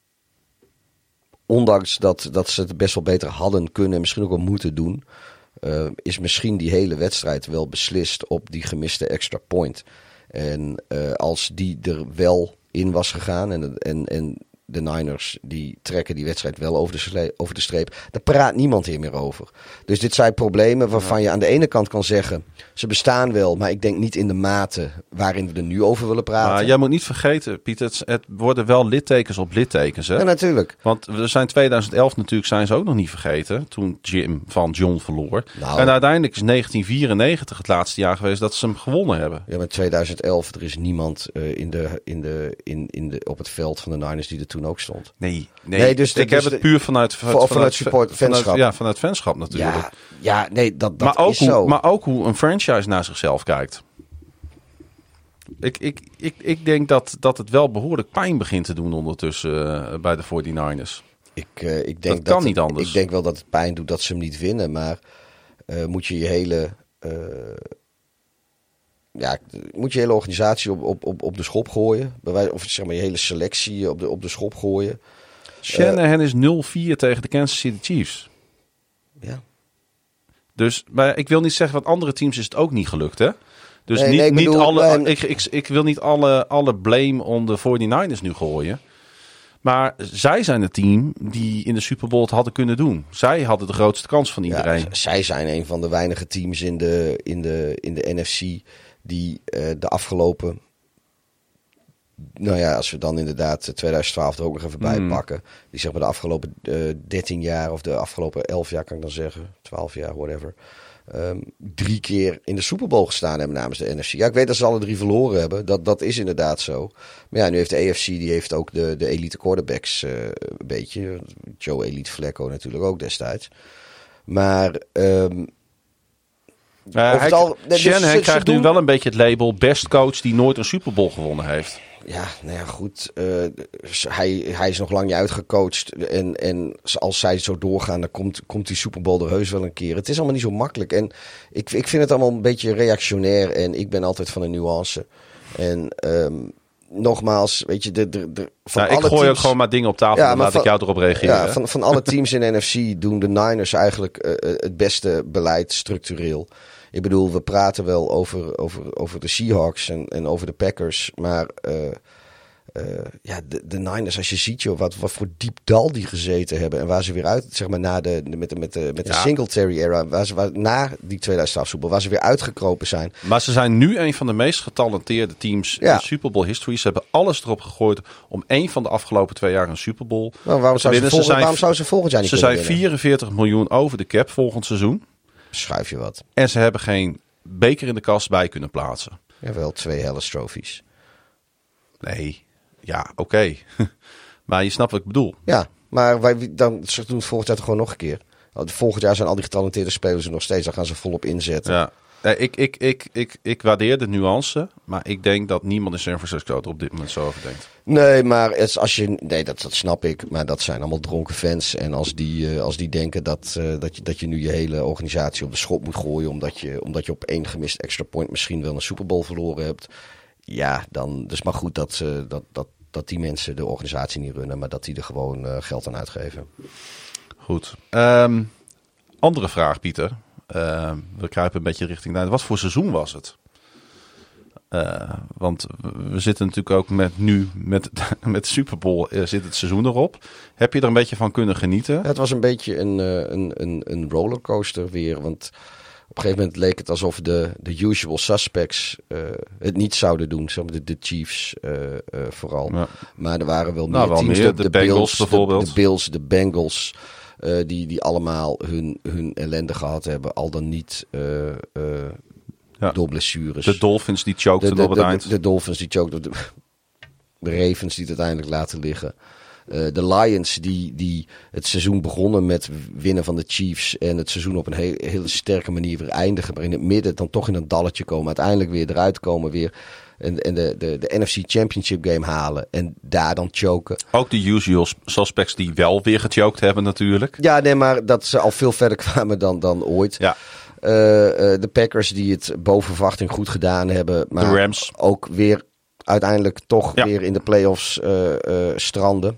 ondanks dat, dat ze het best wel beter hadden kunnen en misschien ook wel moeten doen. Uh, is misschien die hele wedstrijd wel beslist op die gemiste extra point. En uh, als die er wel in was gegaan en, en, en de Niners die trekken die wedstrijd wel over de, sle- over de streep, daar praat niemand hier meer over. Dus dit zijn problemen waarvan je aan de ene kant kan zeggen, ze bestaan wel, maar ik denk niet in de mate waarin we er nu over willen praten. Maar jij moet niet vergeten, Pieter, het, het worden wel littekens op littekens. Hè? Ja, natuurlijk. Want we zijn twintig elf natuurlijk, zijn ze ook nog niet vergeten, toen Jim van John verloor. Nou, en uiteindelijk is negentien vierennegentig het laatste jaar geweest dat ze hem gewonnen hebben. Ja, maar twintig elf, er is niemand uh, in de, in de, in, in de, op het veld van de Niners die er toen ook stond. Nee, nee, nee dus ik de, heb dus het de, puur vanuit, vanuit, vanuit, vanuit support, vanuit, fanschap. Ja, vanuit fanschap natuurlijk. Ja, ja nee, dat, dat maar ook is hoe, zo. Maar ook hoe een franchise naar zichzelf kijkt. Ik, ik, ik, ik denk dat, dat het wel behoorlijk pijn begint te doen ondertussen uh, bij de forty-niners. Ik, uh, ik denk dat dat kan het, niet anders. Ik denk wel dat het pijn doet dat ze hem niet winnen. Maar uh, moet je je hele... Uh, ja, moet je hele organisatie op, op, op, op de schop gooien. Of zeg maar je hele selectie op de, op de schop gooien. Shanahan uh, is nul vier tegen de Kansas City Chiefs. Ja. Dus, maar ik wil niet zeggen, wat andere teams is het ook niet gelukt, hè? Dus nee, niet, nee, ik niet bedoel, alle, nee, ik, ik, ik wil niet alle, alle blame on de forty-niners nu gooien. Maar zij zijn het team die in de Super Bowl het hadden kunnen doen. Zij hadden de grootste kans van iedereen. Ja, zij zijn een van de weinige teams in de, in de, in de N F C die uh, de afgelopen... Nou ja, als we dan inderdaad twintig twaalf er ook nog even bij Hmm. pakken. Die zeg maar de afgelopen uh, dertien jaar of de afgelopen elf jaar kan ik dan zeggen. twaalf jaar, whatever. Um, drie keer in de Super Bowl gestaan hebben namens de N F C. Ja, ik weet dat ze alle drie verloren hebben. Dat, dat is inderdaad zo. Maar ja, nu heeft de A F C die heeft ook de, de elite quarterbacks uh, een beetje. Joe Elite Flacco natuurlijk ook destijds. Maar... Um, Uh, hij, al, dus Shanahan ze, ze krijgt doen... nu wel een beetje het label best coach die nooit een Super Bowl gewonnen heeft. Ja, nou ja, goed. Uh, hij, hij is nog lang niet uitgecoacht. En, en als zij zo doorgaan, dan komt, komt die Super Bowl er heus wel een keer. Het is allemaal niet zo makkelijk. En ik, ik vind het allemaal een beetje reactionair. En ik ben altijd van de nuance. En um, nogmaals, weet je, de, de, de, van nou, alle ik gooi teams... ook gewoon maar dingen op tafel. Ja, en laat van, ik jou erop reageren. Ja, van, van alle teams in de N F C doen de Niners eigenlijk uh, het beste beleid structureel. Ik bedoel, we praten wel over, over, over de Seahawks en, en over de Packers. Maar uh, uh, ja, de, de Niners, als je ziet joh, wat, wat voor diep dal die gezeten hebben. En waar ze weer uit, zeg maar, na de, de, met de, met de, met de ja. Singletary era. Waar ze, waar, na die tweeduizend twaalf Super Bowl, waar ze weer uitgekropen zijn. Maar ze zijn nu een van de meest getalenteerde teams ja. in de Super Bowl history. Ze hebben alles erop gegooid om één van de afgelopen twee jaar een Super Bowl nou, waarom, zou ze volgend, ze zijn, waarom zou ze volgend jaar niet Ze zijn vierenveertig miljoen over de cap volgend seizoen. Schuif je wat. En ze hebben geen beker in de kast bij kunnen plaatsen. Jawel, twee Hallis trophies. Nee, ja, oké. Okay. Maar je snapt wat ik bedoel. Ja, maar wij, dan doen het volgend jaar toch gewoon nog een keer. Volgend jaar zijn al die getalenteerde spelers er nog steeds. Dan gaan ze volop inzetten. Ja. Nee, ik, ik, ik, ik, ik waardeer de nuance, maar ik denk dat niemand in San Francisco er op dit moment zo over denkt. Nee, maar het, als je, nee, dat, dat snap ik. Maar dat zijn allemaal dronken fans. En als die, uh, als die denken dat, uh, dat, je, dat je nu je hele organisatie op de schop moet gooien... omdat je, omdat je op één gemist extra point misschien wel een Super Bowl verloren hebt... ja, dan dus maar goed dat, uh, dat, dat, dat die mensen de organisatie niet runnen... maar dat die er gewoon uh, geld aan uitgeven. Goed. Um, andere vraag, Pieter... Uh, we kruipen een beetje richting naar. Wat voor seizoen was het? Uh, want we zitten natuurlijk ook met nu met, met de Super Bowl uh, zit het seizoen erop. Heb je er een beetje van kunnen genieten? Ja, het was een beetje een, een, een, een rollercoaster weer. Want op een gegeven moment leek het alsof de, de usual suspects uh, het niet zouden doen. Zeg maar de, de Chiefs uh, uh, vooral. Ja. Maar er waren wel meer nou, wel teams. Meer. De, de, de Bengals Bills, bijvoorbeeld. De, de Bills, de Bengals. Uh, die, die allemaal hun, hun ellende gehad hebben. Al dan niet uh, uh, ja. door blessures. De Dolphins die chokten de, de, op het de, eind. De, de Dolphins die chokten. De, de Ravens die het uiteindelijk laten liggen. Uh, de Lions die, die het seizoen begonnen met winnen van de Chiefs en het seizoen op een heel, hele sterke manier weer eindigen. Maar in het midden dan toch in een dalletje komen. Uiteindelijk weer eruit komen. Weer en, en de, de, de N F C Championship game halen. En daar dan choken. Ook de usual suspects die wel weer gechoked hebben natuurlijk. Ja, nee, maar dat ze al veel verder kwamen dan, dan ooit. Ja. Uh, uh, de Packers die het boven verwachting goed gedaan hebben. Maar de Rams. Ook weer uiteindelijk toch ja. weer in de playoffs uh, uh, stranden.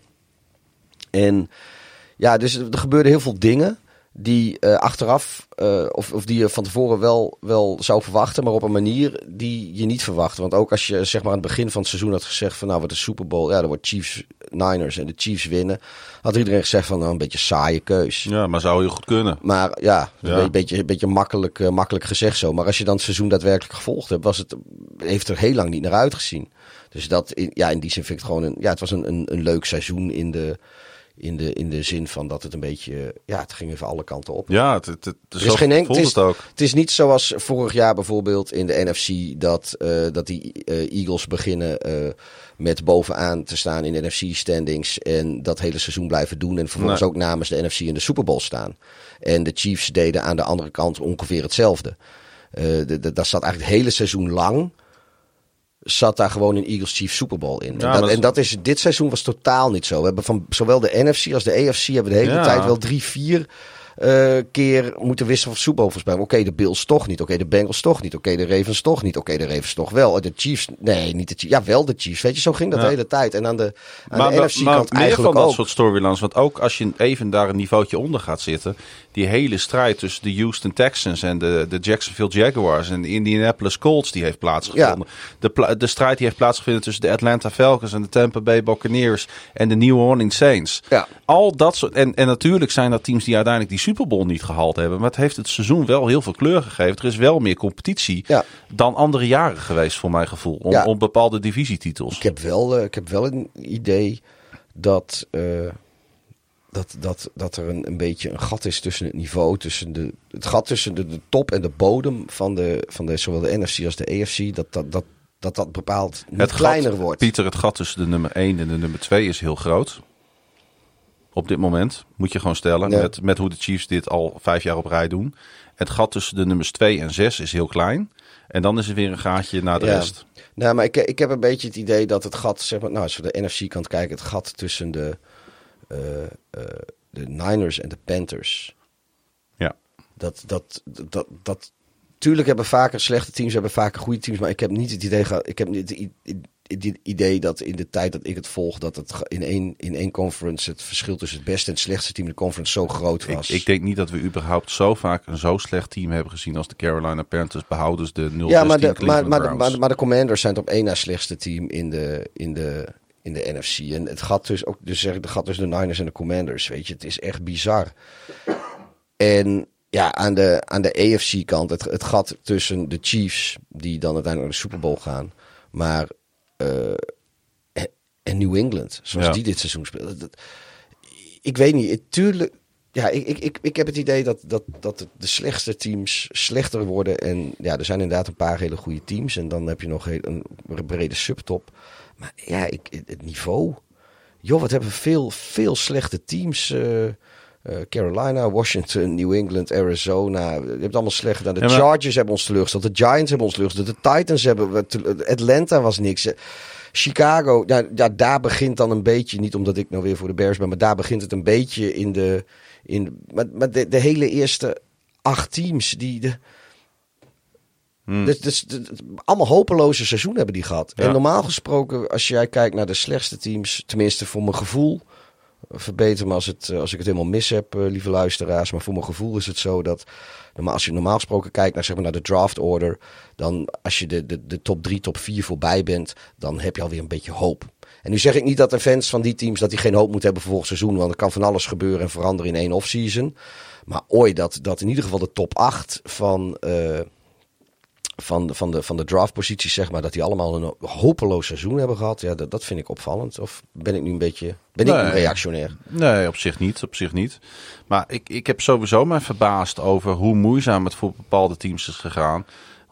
En ja, dus er gebeurden heel veel dingen die uh, achteraf, uh, of, of die je van tevoren wel, wel zou verwachten, maar op een manier die je niet verwacht. Want ook als je zeg maar aan het begin van het seizoen had gezegd van nou wat de Super Bowl, ja, er wordt Chiefs Niners en de Chiefs winnen, had iedereen gezegd van nou een beetje saaie keus. Ja, maar zou heel goed kunnen. Maar ja, ja. een beetje, een beetje makkelijk, uh, makkelijk gezegd zo. Maar als je dan het seizoen daadwerkelijk gevolgd hebt, was het, heeft er heel lang niet naar uitgezien. Dus dat, in, ja, in die zin vind ik het gewoon een, ja, het was een, een, een leuk seizoen in de, in de, in de zin van dat het een beetje, ja, het ging even alle kanten op. Ja, het, het, het, het is geen enkel, het, is, het ook. Het is niet zoals vorig jaar bijvoorbeeld in de N F C dat, uh, dat die uh, Eagles beginnen uh, met bovenaan te staan in de N F C standings en dat hele seizoen blijven doen en vervolgens nee. ook namens de N F C in de Super Bowl staan. En de Chiefs deden aan de andere kant ongeveer hetzelfde. Uh, de, de, daar zat eigenlijk het hele seizoen lang zat daar gewoon een Eagles-Chiefs Super Bowl in. Ja, en, dat, dat is... en dat is dit seizoen was totaal niet zo. We hebben van zowel de N F C als de A F C hebben we de hele ja. tijd wel drie, vier uh, keer moeten wisselen van Super Bowl volgens mij. Oké, okay, de Bills toch niet. Oké, okay, de Bengals toch niet. Oké, okay, de Ravens toch niet. Oké, okay, de Ravens toch wel. De Chiefs, nee, niet de Chiefs. Ja, wel de Chiefs. Weet je, zo ging dat ja. de hele tijd. En aan de, aan maar, de N F C-kant maar eigenlijk van dat ook. soort storylines. Want ook als je even daar een niveautje onder gaat zitten, die hele strijd tussen de Houston Texans en de, de Jacksonville Jaguars en de Indianapolis Colts die heeft plaatsgevonden. Ja. De, de strijd die heeft plaatsgevonden tussen de Atlanta Falcons en de Tampa Bay Buccaneers en de New Orleans Saints. Ja. Al dat soort, en, en natuurlijk zijn dat teams die uiteindelijk die Super Bowl niet gehaald hebben. Maar het heeft het seizoen wel heel veel kleur gegeven. Er is wel meer competitie ja. dan andere jaren geweest voor mijn gevoel. Om, ja. om bepaalde divisietitels. Ik heb wel, uh, ik heb wel een idee dat... Uh... Dat, dat, dat er een, een beetje een gat is tussen het niveau, tussen de, het gat tussen de, de top en de bodem van, de, van de, zowel de N F C als de A F C, dat dat, dat, dat, dat bepaald niet het kleiner gat, wordt. Pieter, het gat tussen de nummer één en de nummer twee is heel groot. Op dit moment, moet je gewoon stellen, ja. met, met hoe de Chiefs dit al vijf jaar op rij doen. Het gat tussen de nummers twee en zes is heel klein. En dan is er weer een gaatje naar de ja. rest. Nou, maar ik, ik heb een beetje het idee dat het gat, zeg maar, nou, als we de N F C-kant kijken, het gat tussen de... Uh, uh, de Niners en de Panthers. Ja. Dat, dat, dat, dat, tuurlijk hebben vaker slechte teams, hebben vaker goede teams, maar ik heb niet het idee gehad, ik heb niet het idee dat in de tijd dat ik het volg, dat het in één, in één conference het verschil tussen het beste en het slechtste team in de conference zo groot was. Ik, ik denk niet dat we überhaupt zo vaak een zo slecht team hebben gezien als de Carolina Panthers, behoudens de nul ja, maar de, Cleveland maar, Browns. maar, maar, maar de Commanders zijn het op één na slechtste team in de, in de in de N F C. En het gat dus ook, dus zeg ik, de gat tussen de Niners en de Commanders, weet je, het is echt bizar. En ja, aan de, aan de A F C-kant, het, het gat tussen de Chiefs, die dan uiteindelijk naar de Super Bowl gaan, maar uh, en New England, zoals ja. die dit seizoen spelen. Dat, ik weet niet, tuurlijk, ja, ik, ik, ik, ik heb het idee dat, dat, dat de slechtste teams slechter worden. En ja, er zijn inderdaad een paar hele goede teams. En dan heb je nog een brede subtop. Maar ja, ik, het niveau. Joh, wat hebben we veel, veel slechte teams. Uh, uh, Carolina, Washington, New England, Arizona. Je hebt het allemaal slecht gedaan. De ja, maar... Chargers hebben ons teleurgesteld. De Giants hebben ons teleurgesteld. De Titans hebben... Atlanta was niks. Chicago, ja, ja, daar begint dan een beetje... Niet omdat ik nou weer voor de Bears ben... maar daar begint het een beetje in de... In, maar maar de, de hele eerste acht teams... die de, Hmm. Dus, dus, dus allemaal hopeloze seizoen hebben die gehad. Ja. En normaal gesproken, als jij kijkt naar de slechtste teams, tenminste voor mijn gevoel, verbeter me als, het, als ik het helemaal mis heb, uh, lieve luisteraars, maar voor mijn gevoel is het zo dat, normaal, als je normaal gesproken kijkt naar, zeg maar, naar de draft order, dan als je de, de, de top drie, top vier voorbij bent, dan heb je alweer een beetje hoop. En nu zeg ik niet dat de fans van die teams dat die geen hoop moeten hebben voor volgend seizoen, want er kan van alles gebeuren en veranderen in één offseason. Maar ooit dat, dat in ieder geval de top acht van... Uh, Van de, van, de, van de draftposities, zeg maar, dat die allemaal een hopeloos seizoen hebben gehad. Ja, dat, dat vind ik opvallend. Of ben ik nu een beetje... Ben nee, ik nu reactionair? Nee, op zich niet. Op zich niet. Maar ik, ik heb sowieso mij verbaasd over hoe moeizaam het voor bepaalde teams is gegaan.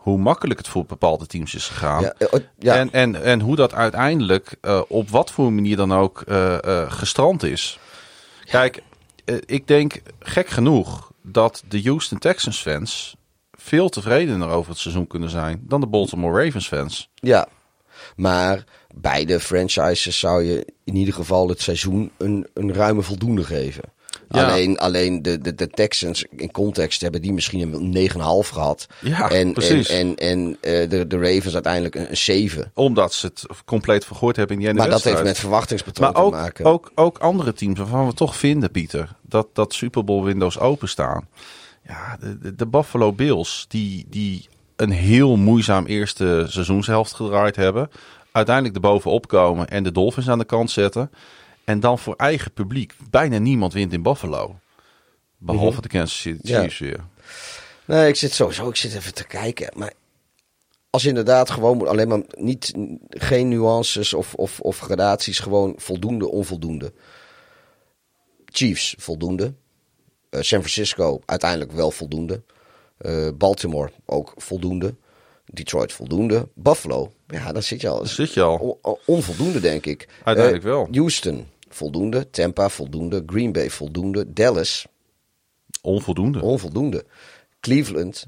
hoe makkelijk het voor bepaalde teams is gegaan. Ja, uh, ja. En, en, en hoe dat uiteindelijk uh, op wat voor manier dan ook uh, uh, gestrand is. Kijk, uh, ik denk gek genoeg dat de Houston Texans fans veel tevredener over het seizoen kunnen zijn dan de Baltimore Ravens fans. Ja, maar beide franchises zou je in ieder geval het seizoen een, een ruime voldoende geven. Ja. Alleen, alleen de, de, de Texans in context hebben die misschien een negen komma vijf gehad. Ja, en, precies. En, en, en uh, de, de Ravens uiteindelijk een, een zeven. Omdat ze het compleet vergooid hebben in die ene Maar wedstrijd. dat heeft met verwachtingspatroon maar ook, te maken. Ook, ook andere teams waarvan we toch vinden, Pieter, dat, dat Super Bowl windows openstaan. Ja, de, de, de Buffalo Bills, die, die een heel moeizaam eerste seizoenshelft gedraaid hebben. Uiteindelijk erbovenop komen en de Dolphins aan de kant zetten. En dan voor eigen publiek. Bijna niemand wint in Buffalo. Behalve mm-hmm. de Kansas City Chiefs ja. weer. Nee, ik zit sowieso, ik zit even te kijken. Maar als inderdaad gewoon alleen maar niet, geen nuances of, of, of gradaties, gewoon voldoende, onvoldoende. Chiefs, voldoende. Uh, San Francisco, uiteindelijk wel voldoende. Uh, Baltimore, ook voldoende. Detroit, voldoende. Buffalo, ja, dan zit je al. Dan zit je al. On, onvoldoende, denk ik. Uiteindelijk uh, wel. Houston, voldoende. Tampa, voldoende. Green Bay, voldoende. Dallas, onvoldoende. Onvoldoende. Cleveland.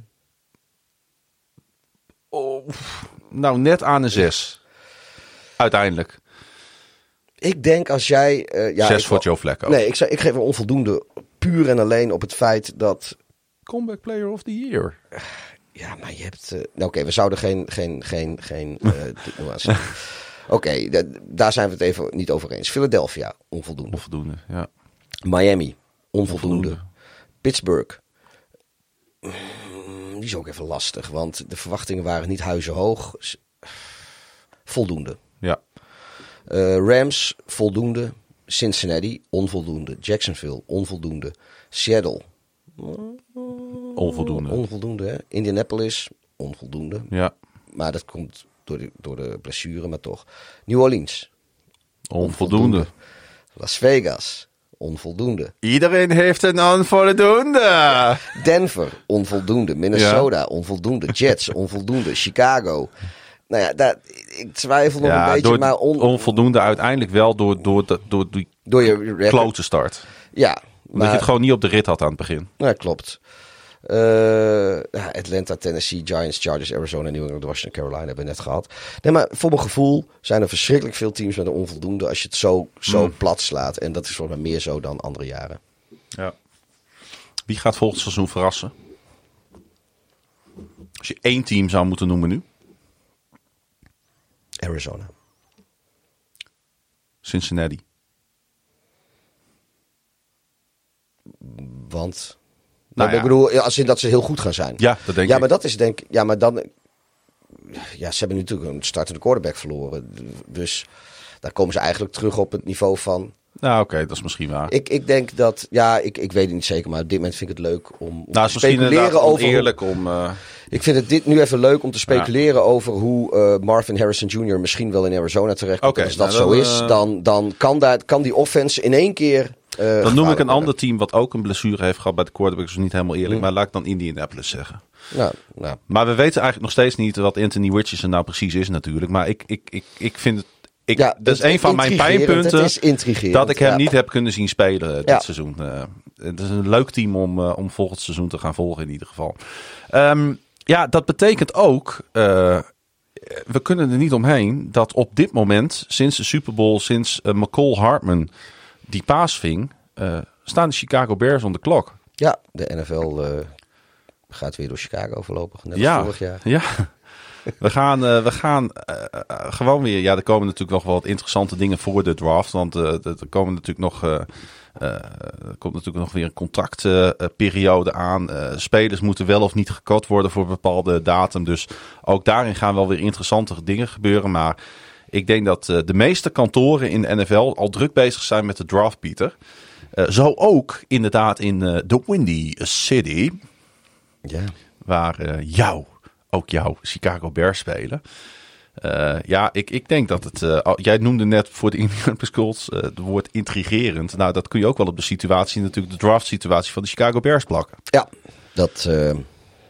Oh, nou, net aan een zes. Uiteindelijk. Ik denk als jij... Uh, ja, zes voor Joe Flacco. Nee, ik, zou, ik geef een onvoldoende puur en alleen op het feit dat... Comeback Player of the Year. Ja, maar je hebt... Uh, Oké, okay, we zouden geen... geen, geen, geen uh, Oké, okay, d- daar zijn we het even niet over eens. Philadelphia, onvoldoende. Onvoldoende, ja. Miami, onvoldoende. onvoldoende. Pittsburgh. Die is ook even lastig, want de verwachtingen waren niet huizenhoog. Voldoende. Ja. Uh, Rams, voldoende. Cincinnati, onvoldoende. Jacksonville, onvoldoende. Seattle. Onvoldoende. Onvoldoende, hè? Indianapolis, onvoldoende. Ja. Maar dat komt door de, door de blessure, maar toch. New Orleans. Onvoldoende. Onvoldoende. Las Vegas. Onvoldoende. Iedereen heeft een onvoldoende. Denver, onvoldoende. Minnesota, ja. onvoldoende. Jets, onvoldoende. Chicago. Nou ja, daar, ik twijfel nog ja, een beetje. Door, maar on... onvoldoende uiteindelijk wel door, door, door, door die door je klote start. Ja. Maar... Omdat je het gewoon niet op de rit had aan het begin. Ja, klopt. Uh, Atlanta, Tennessee, Giants, Chargers, Arizona, New England, Washington, Carolina hebben we net gehad. Nee, maar voor mijn gevoel zijn er verschrikkelijk veel teams met een onvoldoende als je het zo, zo mm. plat slaat. En dat is volgens mij meer zo dan andere jaren. Ja. Wie gaat volgend seizoen verrassen? Als je één team zou moeten noemen nu? Arizona. Cincinnati. Want... Nou, ja. Ik bedoel, als in dat ze heel goed gaan zijn. Ja, dat denk ja, ik. maar dat is denk ik... Ja, maar dan... Ja, ze hebben natuurlijk een startende quarterback verloren. Dus daar komen ze eigenlijk terug op het niveau van... Nou, oké, okay, dat is misschien waar. Ik, ik denk dat... Ja, ik, ik weet het niet zeker, maar op dit moment vind ik het leuk om, om nou, te speculeren over... Eerlijk om... Uh... Ik vind het dit nu even leuk om te speculeren ja. over hoe uh, Marvin Harrison junior misschien wel in Arizona terechtkomt. Okay, als dat nou, zo dan, is, dan, dan kan, daar, kan die offense in één keer... Uh, dan noem ik een ander team wat ook een blessure heeft gehad bij de quarterback. Dus niet helemaal eerlijk, mm. maar laat ik dan Indianapolis zeggen. Nou, nou. Maar we weten eigenlijk nog steeds niet wat Anthony Richardson nou precies is natuurlijk. Maar ik, ik, ik, ik vind het... Ik, ja, dat is een van mijn pijnpunten. Het is intrigerend. Dat ik hem ja. niet heb kunnen zien spelen dit ja. seizoen. Uh, het is een leuk team om, uh, om volgend seizoen te gaan volgen in ieder geval. Um, ja, dat betekent ook... Uh, we kunnen er niet omheen dat op dit moment, sinds de Super Bowl, sinds uh, McCall Hartman die paas ving, uh, staan de Chicago Bears on the clock. Ja, de N F L uh, gaat weer door Chicago voorlopig. Net ja, als vorig jaar. Ja, we gaan, uh, we gaan uh, uh, gewoon weer... Ja, er komen natuurlijk nog wel wat interessante dingen voor de draft. Want uh, er komen natuurlijk nog... Uh, uh, er komt natuurlijk nog weer een contractperiode uh, aan. Uh, spelers moeten wel of niet gecut worden voor een bepaalde datum. Dus ook daarin gaan wel weer interessante dingen gebeuren. Maar ik denk dat uh, de meeste kantoren in de N F L al druk bezig zijn met de draft, Pieter. Uh, zo ook inderdaad in uh, de Windy City. Ja. Waar uh, jou... ook jouw Chicago Bears spelen. Uh, ja, ik, ik denk dat het... Uh, jij noemde net voor de Indianapolis Colts uh, het woord intrigerend. Nou, dat kun je ook wel op de situatie, natuurlijk de draft situatie van de Chicago Bears plakken. Ja, dat uh,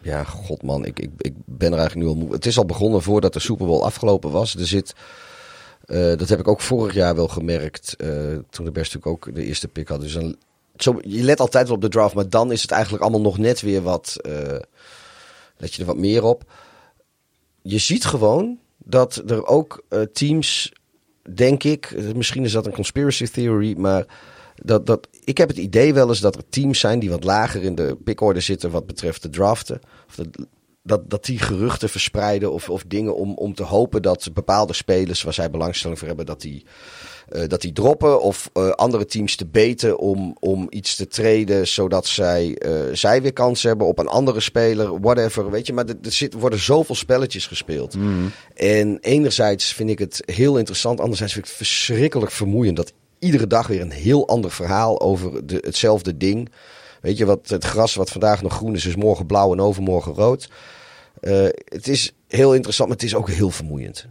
Ja, god man, ik, ik, ik ben er eigenlijk nu al moe. Het is al begonnen voordat de Super Bowl afgelopen was. Er zit, uh, dat heb ik ook vorig jaar wel gemerkt, uh, toen de Bears natuurlijk ook de eerste pick had. Dus dan, zo, je let altijd wel op de draft, maar dan is het eigenlijk allemaal nog net weer wat, uh, let je er wat meer op. Je ziet gewoon dat er ook uh, teams, denk ik, misschien is dat een conspiracy theory, maar dat, dat, ik heb het idee wel eens dat er teams zijn die wat lager in de pickorde zitten wat betreft de draften. Of dat, dat, dat die geruchten verspreiden of, of dingen om, om te hopen dat bepaalde spelers waar zij belangstelling voor hebben, dat die, uh, dat die droppen. Of uh, andere teams te beten om, om iets te traden zodat zij, uh, zij weer kans hebben op een andere speler, whatever. Weet je, maar er, er zit, worden zoveel spelletjes gespeeld. Mm. En enerzijds vind ik het heel interessant, anderzijds vind ik het verschrikkelijk vermoeiend dat iedere dag weer een heel ander verhaal over de, hetzelfde ding. Weet je, wat, het gras wat vandaag nog groen is, is morgen blauw en overmorgen rood. Uh, het is heel interessant, maar het is ook heel vermoeiend.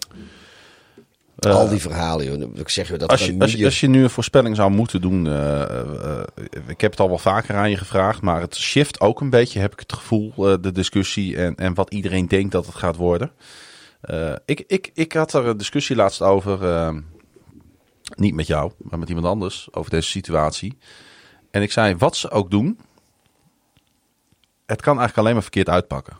Uh, Al die verhalen, joh. Ik zeg je dat als, je, als, je, als je nu een voorspelling zou moeten doen, uh, uh, ik heb het al wel vaker aan je gevraagd, maar het shift ook een beetje, heb ik het gevoel, uh, de discussie en, en wat iedereen denkt dat het gaat worden. Uh, ik, ik, ik had er een discussie laatst over, uh, niet met jou, maar met iemand anders, over deze situatie. En ik zei, wat ze ook doen, het kan eigenlijk alleen maar verkeerd uitpakken.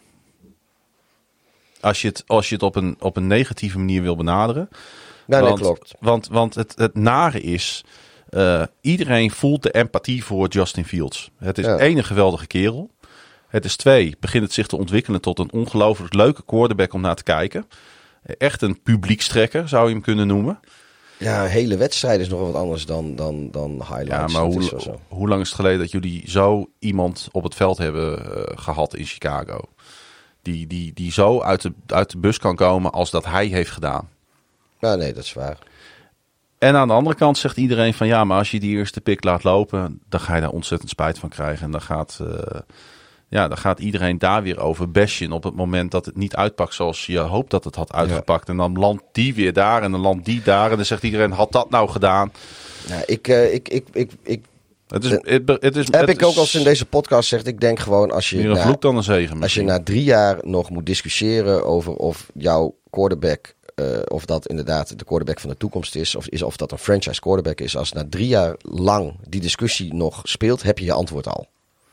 Als je het, als je het op, een, op een negatieve manier wil benaderen. Nou, want, nee, klopt. Want, want het, het nare is, uh, iedereen voelt de empathie voor Justin Fields. Het is ja. één, een geweldige kerel. Het is twee, begint het zich te ontwikkelen tot een ongelooflijk leuke quarterback om naar te kijken. Echt een publiekstrekker, zou je hem kunnen noemen. Ja, hele wedstrijd is nog wat anders dan, dan, dan highlights. Ja, maar hoe, hoe lang is het geleden dat jullie zo iemand op het veld hebben uh, gehad in Chicago? Die, die, die zo uit de, uit de bus kan komen als dat hij heeft gedaan. Ja, nee, dat is waar. En aan de andere kant zegt iedereen van ja, maar als je die eerste pick laat lopen, dan ga je daar ontzettend spijt van krijgen. En dan gaat, uh, ja, dan gaat iedereen daar weer over bashen op het moment dat het niet uitpakt zoals je hoopt dat het had uitgepakt. Ja. En dan landt die weer daar en dan landt die daar. En dan zegt iedereen, had dat nou gedaan? Ja, ik, uh, ik, ik, ik, ik Het is, het, het is, heb het ik is, ook als in deze podcast zegt, ik denk gewoon als je, een vloek dan een zegen als je na drie jaar nog moet discussiëren over of jouw quarterback, uh, of dat inderdaad de quarterback van de toekomst is, of, is, of dat een franchise quarterback is, als na drie jaar lang die discussie nog speelt, heb je je antwoord al.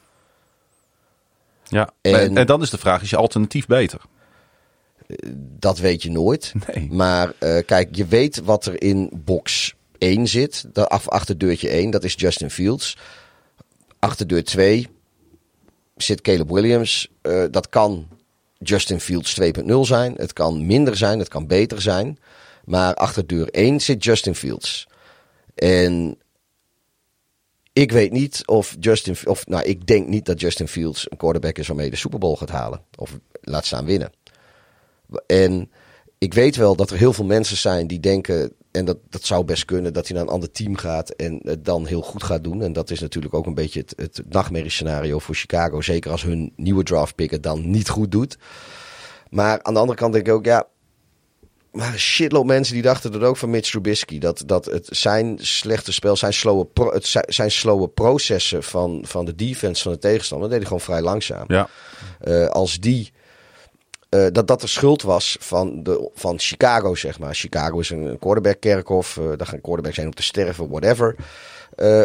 Ja, en, en, en dan is de vraag, is je alternatief beter? Dat weet je nooit. Nee. Maar uh, kijk, je weet wat er in box één zit. De af, achterdeurtje één, dat is Justin Fields. Achterdeur twee zit Caleb Williams. Uh, dat kan Justin Fields twee punt nul zijn. Het kan minder zijn, het kan beter zijn. Maar achterdeur één zit Justin Fields. En ik weet niet of Justin... Of, nou, ik denk niet dat Justin Fields een quarterback is waarmee je de Super Bowl gaat halen. Of laat staan winnen. En ik weet wel dat er heel veel mensen zijn die denken, en dat, dat zou best kunnen, dat hij naar een ander team gaat en het dan heel goed gaat doen. En dat is natuurlijk ook een beetje het, het nachtmerriescenario voor Chicago. Zeker als hun nieuwe draftpick het dan niet goed doet. Maar aan de andere kant denk ik ook, ja, maar shitload mensen die dachten dat ook van Mitch Trubisky. Dat, dat het zijn slechte spel, zijn slowe, pro, het zijn slowe processen van, van de defense van de tegenstander, dat deed hij gewoon vrij langzaam. Ja. Uh, als die... Uh, dat dat de schuld was van, de, van Chicago, zeg maar. Chicago is een quarterback-kerkhof. Uh, daar gaan quarterbacks zijn om te sterven, whatever. Uh,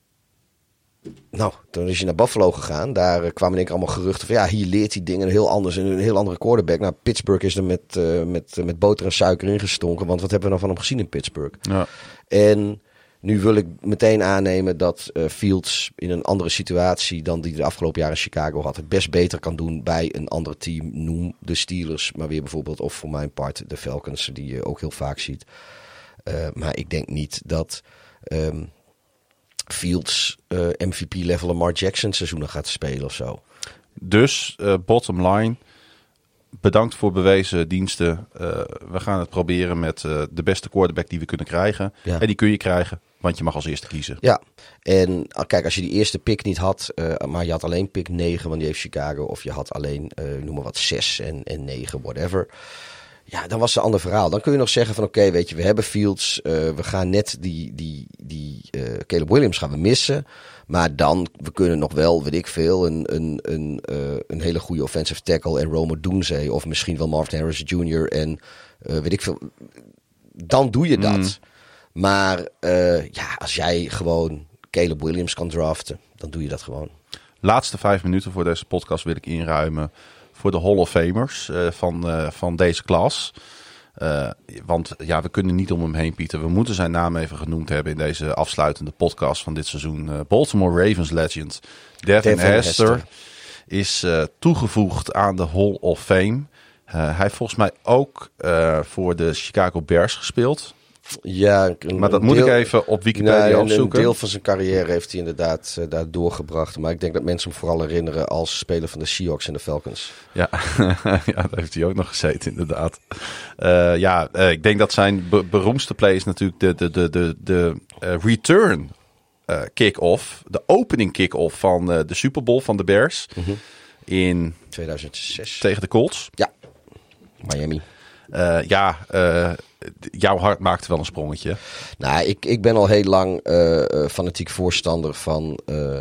nou, toen is hij naar Buffalo gegaan. Daar uh, kwamen denk ik allemaal geruchten van, ja, hier leert hij dingen heel anders. En een heel andere quarterback. Nou, Pittsburgh is er met, uh, met, uh, met boter en suiker ingestonken. Want wat hebben we nou van hem gezien in Pittsburgh? Ja. En nu wil ik meteen aannemen dat uh, Fields in een andere situatie dan die de afgelopen jaren in Chicago had, het best beter kan doen bij een ander team. Noem de Steelers, maar weer bijvoorbeeld, of voor mijn part de Falcons, die je ook heel vaak ziet. Uh, maar ik denk niet dat um, Fields uh, M V P-level Lamar Jackson seizoenen gaat spelen of zo. Dus, uh, bottom line, bedankt voor bewezen diensten. Uh, we gaan het proberen met uh, de beste quarterback die we kunnen krijgen. Ja. En die kun je krijgen, want je mag als eerste kiezen. Ja, en kijk, als je die eerste pick niet had, uh, maar je had alleen pick negen, want die heeft Chicago, of je had alleen, uh, noem maar wat, zes en, en negen, whatever. Ja, dan was het een ander verhaal. Dan kun je nog zeggen van oké, okay, weet je, we hebben Fields. Uh, we gaan net die, die, die uh, Caleb Williams gaan we missen. Maar dan, we kunnen nog wel, weet ik veel, een, een, een, uh, een hele goede offensive tackle en Rome Odunze. Of misschien wel Marvin Harris junior en uh, weet ik veel. Dan doe je dat. Mm. Maar uh, ja, als jij gewoon Caleb Williams kan draften, dan doe je dat gewoon. Laatste vijf minuten voor deze podcast wil ik inruimen voor de Hall of Famers uh, van, uh, van deze klas. Uh, want ja, we kunnen niet om hem heen, Pieter. We moeten zijn naam even genoemd hebben in deze afsluitende podcast van dit seizoen. Uh, Baltimore Ravens legend Devin, Devin Hester, Hester is uh, toegevoegd aan de Hall of Fame. Uh, hij heeft volgens mij ook uh, voor de Chicago Bears gespeeld. Ja, een, maar dat moet deel, ik even op Wikipedia nou, opzoeken. Een deel van zijn carrière heeft hij inderdaad uh, daar doorgebracht. Maar ik denk dat mensen hem vooral herinneren als speler van de Seahawks en de Falcons. Ja, ja daar heeft hij ook nog gezeten inderdaad. Uh, ja, uh, ik denk dat zijn be- beroemdste play is natuurlijk de, de, de, de, de uh, return uh, kick-off. De opening kick-off van uh, de Super Bowl van de Bears. Mm-hmm. In tweeduizend zes. Tegen de Colts. Ja, Miami. Uh, ja, uh, jouw hart maakte wel een sprongetje. Nou, ik, ik ben al heel lang uh, fanatiek voorstander van, uh,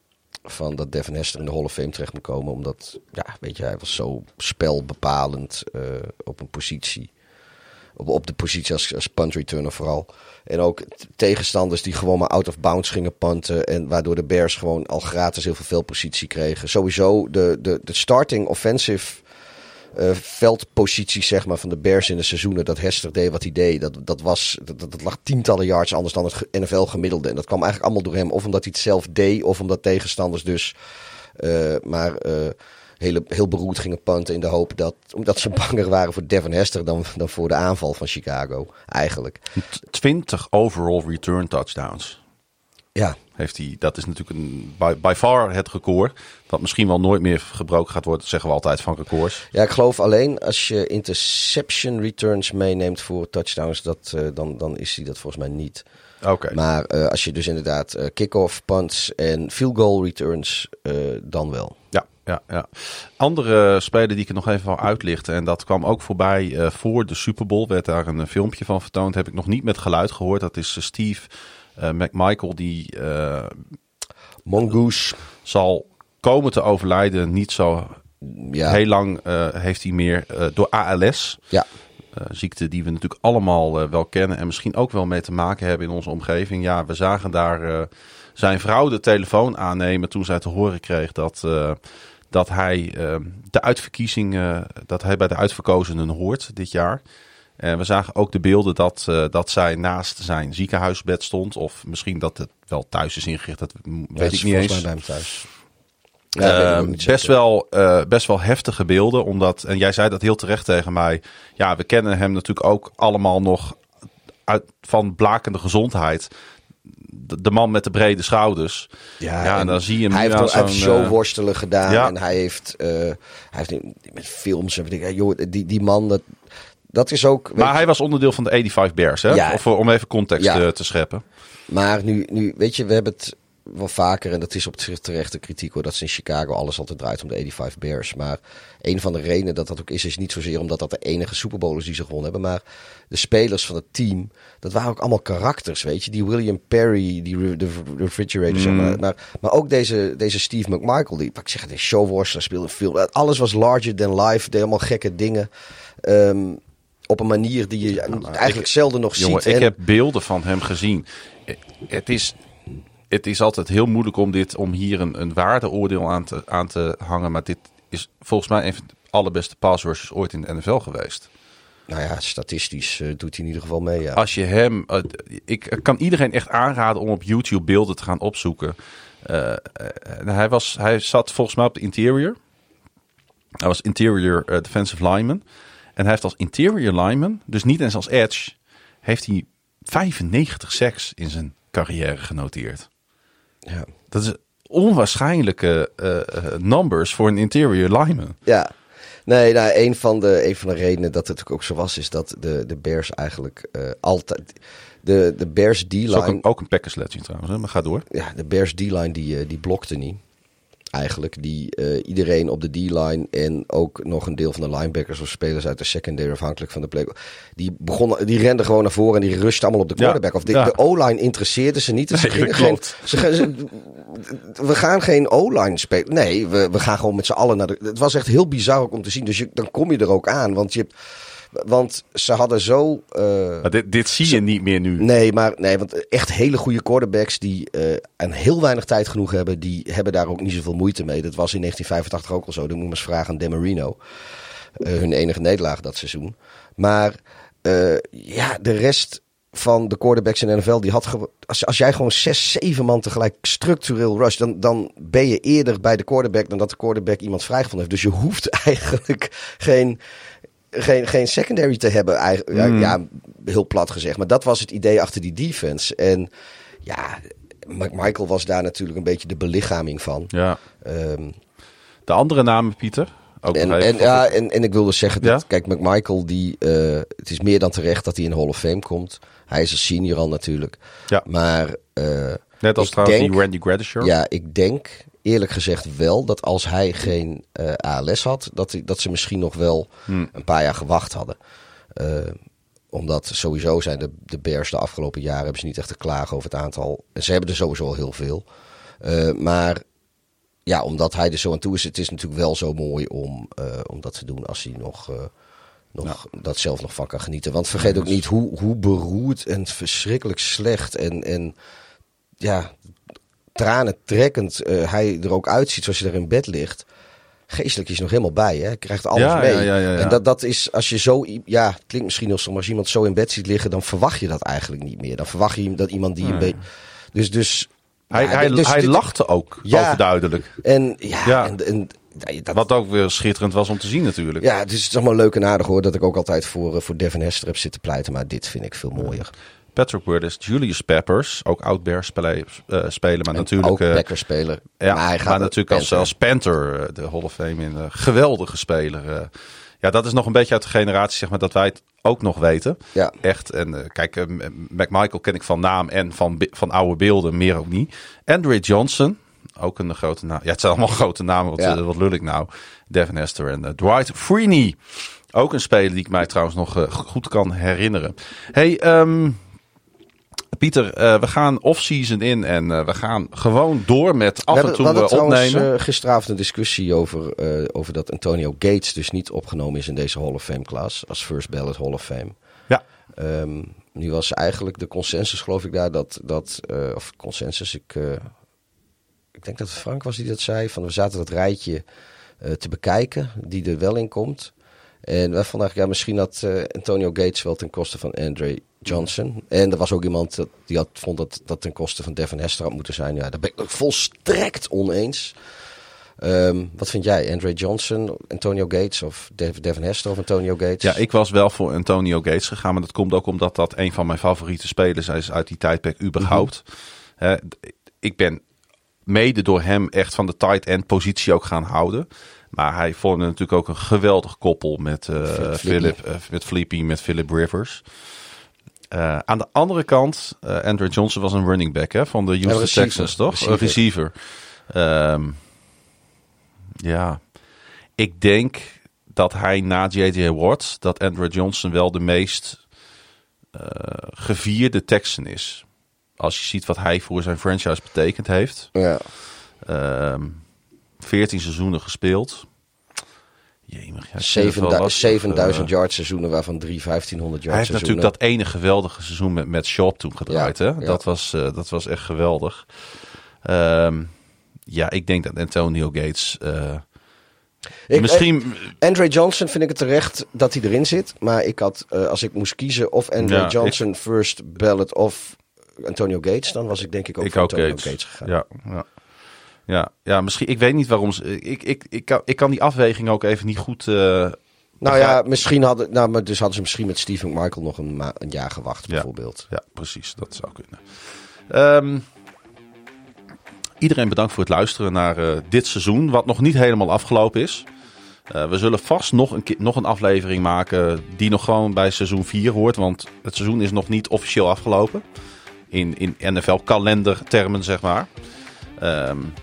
van dat Devin Hester in de Hall of Fame terecht moet komen. Omdat, ja, weet je, hij was zo spelbepalend uh, op een positie. Op, op de positie als, als punt returner vooral. En ook t- tegenstanders die gewoon maar out of bounds gingen punten. En waardoor de Bears gewoon al gratis heel veel veldpositie kregen. Sowieso de, de, de starting offensive uh, veldpositie zeg maar, van de Bears in de seizoenen. Dat Hester deed wat hij deed. Dat, dat, was, dat, dat lag tientallen yards anders dan het N F L gemiddelde. En dat kwam eigenlijk allemaal door hem. Of omdat hij het zelf deed. Of omdat tegenstanders dus uh, maar... Uh, Heel, heel beroerd gingen punten in de hoop dat... Omdat ze banger waren voor Devin Hester dan, dan voor de aanval van Chicago. Eigenlijk. twintig overall return touchdowns. Ja. Heeft hij, dat is natuurlijk een, by, by far het record. Dat misschien wel nooit meer gebroken gaat worden. Dat zeggen we altijd van records. Ja, ik geloof alleen als je interception returns meeneemt voor touchdowns. Dat, uh, dan, dan is hij dat volgens mij niet. Oké. Okay. Maar uh, als je dus inderdaad uh, kick-off, punts en field goal returns, uh, dan wel. Ja. Ja, ja. Andere speler die ik er nog even wil uitlichten. En dat kwam ook voorbij uh, voor de Super Bowl. Werd daar een, een filmpje van vertoond. Heb ik nog niet met geluid gehoord. Dat is uh, Steve uh, McMichael. Die uh, Mongoose zal komen te overlijden. Niet zo ja. heel lang uh, heeft hij meer uh, door A L S. Ja. Uh, ziekte die we natuurlijk allemaal uh, wel kennen. En misschien ook wel mee te maken hebben in onze omgeving. Ja, we zagen daar uh, zijn vrouw de telefoon aannemen toen zij te horen kreeg dat... Uh, dat hij uh, de uitverkiezing, uh, dat hij bij de uitverkozenen hoort dit jaar. En we zagen ook de beelden dat, uh, dat zij naast zijn ziekenhuisbed stond. Of misschien dat het wel thuis is ingericht, dat weet ja, ik niet eens. Mij bij hem thuis. Ja, uh, best, wel, uh, best wel heftige beelden. Omdat, en jij zei dat heel terecht tegen mij. Ja, we kennen hem natuurlijk ook allemaal nog uit, van blakende gezondheid. De man met de brede schouders. Ja, ja en, en dan zie je hem. Hij heeft, nou hij heeft showworstelen uh, gedaan. Ja. En hij heeft, uh, hij heeft met films. En ik, joh, die, die man, dat, dat is ook... Maar hij was onderdeel van de eenennegentig Bears, hè? Ja. Of om even context ja. uh, te scheppen. Maar nu, nu, weet je, we hebben het wel vaker, en dat is op zich terechte kritiek hoor, dat ze in Chicago alles altijd draait om de eenennegentig Bears. Maar een van de redenen dat dat ook is, is niet zozeer omdat dat de enige Super Bowl is die ze gewonnen hebben, maar de spelers van het team, dat waren ook allemaal karakters, weet je. Die William Perry, die de refrigerator, mm. zeg maar. maar. Maar ook deze, deze Steve McMichael, die, ik zeg, de showworstler speelde veel. Alles was larger than life, deed allemaal gekke dingen. Um, op een manier die je ja, nou, eigenlijk ik, zelden nog jongen, ziet. Ik en... heb beelden van hem gezien. Het is... Het is altijd heel moeilijk om, dit, om hier een, een waardeoordeel aan te, aan te hangen. Maar dit is volgens mij een van de allerbeste pass rushers ooit in de N F L geweest. Nou ja, statistisch uh, doet hij in ieder geval mee. Ja. Als je hem... Uh, ik kan iedereen echt aanraden om op YouTube beelden te gaan opzoeken. Uh, uh, hij, was, hij zat volgens mij op de interior. Hij was interior uh, defensive lineman. En hij heeft als interior lineman, dus niet eens als edge, heeft hij vijfennegentig sacks in zijn carrière genoteerd. Ja. Dat is onwaarschijnlijke uh, uh, numbers voor een interior lineman. Ja, nee, nou, een, van de, een van de redenen dat het ook zo was, is dat de, de Bears eigenlijk uh, altijd... De, de Bears D-line... Ook een, ook een Packers legend trouwens, hè? Maar ga door. Ja, de Bears D-line die, uh, die blokte niet. Eigenlijk. Die uh, iedereen op de D-line en ook nog een deel van de linebackers of spelers uit de secondary afhankelijk van de play. Die begonnen, die renden gewoon naar voren en die rushten allemaal op de quarterback. Ja, of de, ja. de O-line interesseerde ze niet. Dus nee, ze gingen geen, ze, ze, we gaan geen O-line spelen. Nee, we, we gaan gewoon met z'n allen naar de... Het was echt heel bizar ook om te zien. Dus je, dan kom je er ook aan. Want je hebt... Want ze hadden zo... Uh, maar dit, dit zie je zo, niet meer nu. Nee, maar nee, want echt hele goede quarterbacks die uh, en heel weinig tijd genoeg hebben, die hebben daar ook niet zoveel moeite mee. Dat was in negentien vijfentachtig ook al zo. Dan moet je maar eens vragen aan Dan Marino. Uh, hun enige nederlaag dat seizoen. Maar uh, ja, de rest van de quarterbacks in de N F L, die had ge- als, als jij gewoon zes, zeven man tegelijk structureel rush, dan, dan ben je eerder bij de quarterback dan dat de quarterback iemand vrijgevonden heeft. Dus je hoeft eigenlijk geen... Geen, geen secondary te hebben, eigenlijk, mm. ja, heel plat gezegd. Maar dat was het idee achter die defense. En ja, McMichael was daar natuurlijk een beetje de belichaming van. Ja. Um, de andere namen, Pieter? Ook en, en, ja, en, en ik wilde zeggen, dat, ja? kijk, McMichael, die, uh, het is meer dan terecht dat hij in de Hall of Fame komt. Hij is een senior al natuurlijk. Ja. Maar uh, net als trouwens denk, die Randy Gradisher. Ja, ik denk... eerlijk gezegd wel dat als hij geen uh, A L S had, dat, hij, dat ze misschien nog wel hmm. een paar jaar gewacht hadden. Uh, omdat sowieso zijn de, de Bears de afgelopen jaren hebben ze niet echt te klagen over het aantal. En ze hebben er sowieso al heel veel. Uh, maar ja, omdat hij er zo aan toe is, het is natuurlijk wel zo mooi om, uh, om dat te doen als hij nog, uh, nog ja. dat zelf nog van kan genieten. Want vergeet ja, ook niet hoe, hoe beroerd en verschrikkelijk slecht en, en ja... tranen trekkend uh, hij er ook uitziet zoals je er in bed ligt. Geestelijk is hij nog helemaal bij. Hè? Hij krijgt alles ja, mee. Ja, ja, ja, ja. En dat, dat is, als je zo... Ja, het klinkt misschien heel stom, maar als iemand zo in bed ziet liggen, dan verwacht je dat eigenlijk niet meer. Dan verwacht je dat iemand die... Hmm. een beetje... Dus... dus hij ja, hij, dus, hij dit, lachte ook, ja, overduidelijk. En ja... ja. En, en, dat, wat ook weer schitterend was om te zien natuurlijk. Ja, dus het is allemaal leuk en aardig hoor, dat ik ook altijd voor, uh, voor Devin Hester heb zitten pleiten. Maar dit vind ik veel mooier. Patrick Willis, Julius Peppers, ook oud-Bears spelen, uh, spelen, maar en natuurlijk... ook Packers-speler. Ja, maar, hij gaat maar natuurlijk als, als Panther, uh, de Hall of Fame in, uh, geweldige speler. Uh, ja, dat is nog een beetje uit de generatie, zeg maar, dat wij het ook nog weten. Ja. Echt. En uh, kijk, uh, McMichael ken ik van naam en van, van oude beelden, meer ook niet. Andre Johnson, ook een grote naam. Ja, het zijn allemaal grote namen, wat, ja. uh, wat lul ik nou. Devin Hester en uh, Dwight Freeney. Ook een speler die ik mij trouwens nog uh, goed kan herinneren. Hey, um, Pieter, uh, we gaan off-season in en uh, we gaan gewoon door met af en toe uh, opnemen. We hadden trouwens uh, gisteravond een discussie over, uh, over dat Antonio Gates dus niet opgenomen is in deze Hall of Fame class als first ballot Hall of Fame. Ja. Um, nu was eigenlijk de consensus, geloof ik daar, dat, dat uh, of consensus, ik, uh, ik denk dat het Frank was die dat zei, van we zaten dat rijtje uh, te bekijken die er wel in komt. En wij vonden eigenlijk, ja, misschien had uh, Antonio Gates wel ten koste van Andre Johnson. En er was ook iemand dat, die had, vond dat dat ten koste van Devin Hester had moeten zijn. Ja, daar ben ik ook volstrekt oneens. Um, wat vind jij? Andre Johnson, Antonio Gates of Dev, Devin Hester of Antonio Gates? Ja, ik was wel voor Antonio Gates gegaan. Maar dat komt ook omdat dat een van mijn favoriete spelers is uit die tijdperk überhaupt. Mm-hmm. Uh, ik ben mede door hem echt van de tight end positie ook gaan houden. Maar hij vormde natuurlijk ook een geweldig koppel met uh, Philip, uh, met Flippy, met Philip Rivers. Uh, aan de andere kant, uh, Andre Johnson was een running back hè, van de Houston ja, Texans, toch? Receiver. Een receiver. Um, ja, ik denk dat hij na J J Watt, dat Andre Johnson wel de meest uh, gevierde Texan is. Als je ziet wat hij voor zijn franchise betekend heeft. Ja. Um, veertien seizoenen gespeeld. Jemig, ja, zevenduizend yard seizoenen, waarvan drie vijftienhonderd yard Hij heeft seizoenen. natuurlijk dat ene geweldige seizoen met, met Shaw toen gedraaid. Ja, hè? ja. Dat, was, uh, dat was echt geweldig. Um, ja, ik denk dat Antonio Gates... Uh, ik, misschien... eh, Andre Johnson vind ik het terecht dat hij erin zit. Maar ik had, uh, als ik moest kiezen of Andre ja, Johnson ik, first ballot of Antonio Gates, dan was ik denk ik ook ik voor ook Antonio Gates. Gates gegaan. Ja, ja. Ja, ja, misschien. Ik weet niet waarom ze. Ik, ik, ik, kan, ik kan die afweging ook even niet goed. Uh, nou begrijpen. ja, misschien hadden. Nou, maar dus hadden ze misschien met Steve McMichael nog een, ma- een jaar gewacht, bijvoorbeeld. Ja, ja, precies. Dat zou kunnen. Um, iedereen bedankt voor het luisteren naar uh, dit seizoen, wat nog niet helemaal afgelopen is. Uh, we zullen vast nog een, nog een aflevering maken die nog gewoon bij seizoen vier hoort, want het seizoen is nog niet officieel afgelopen. In, in N F L-kalendertermen, zeg maar. Um,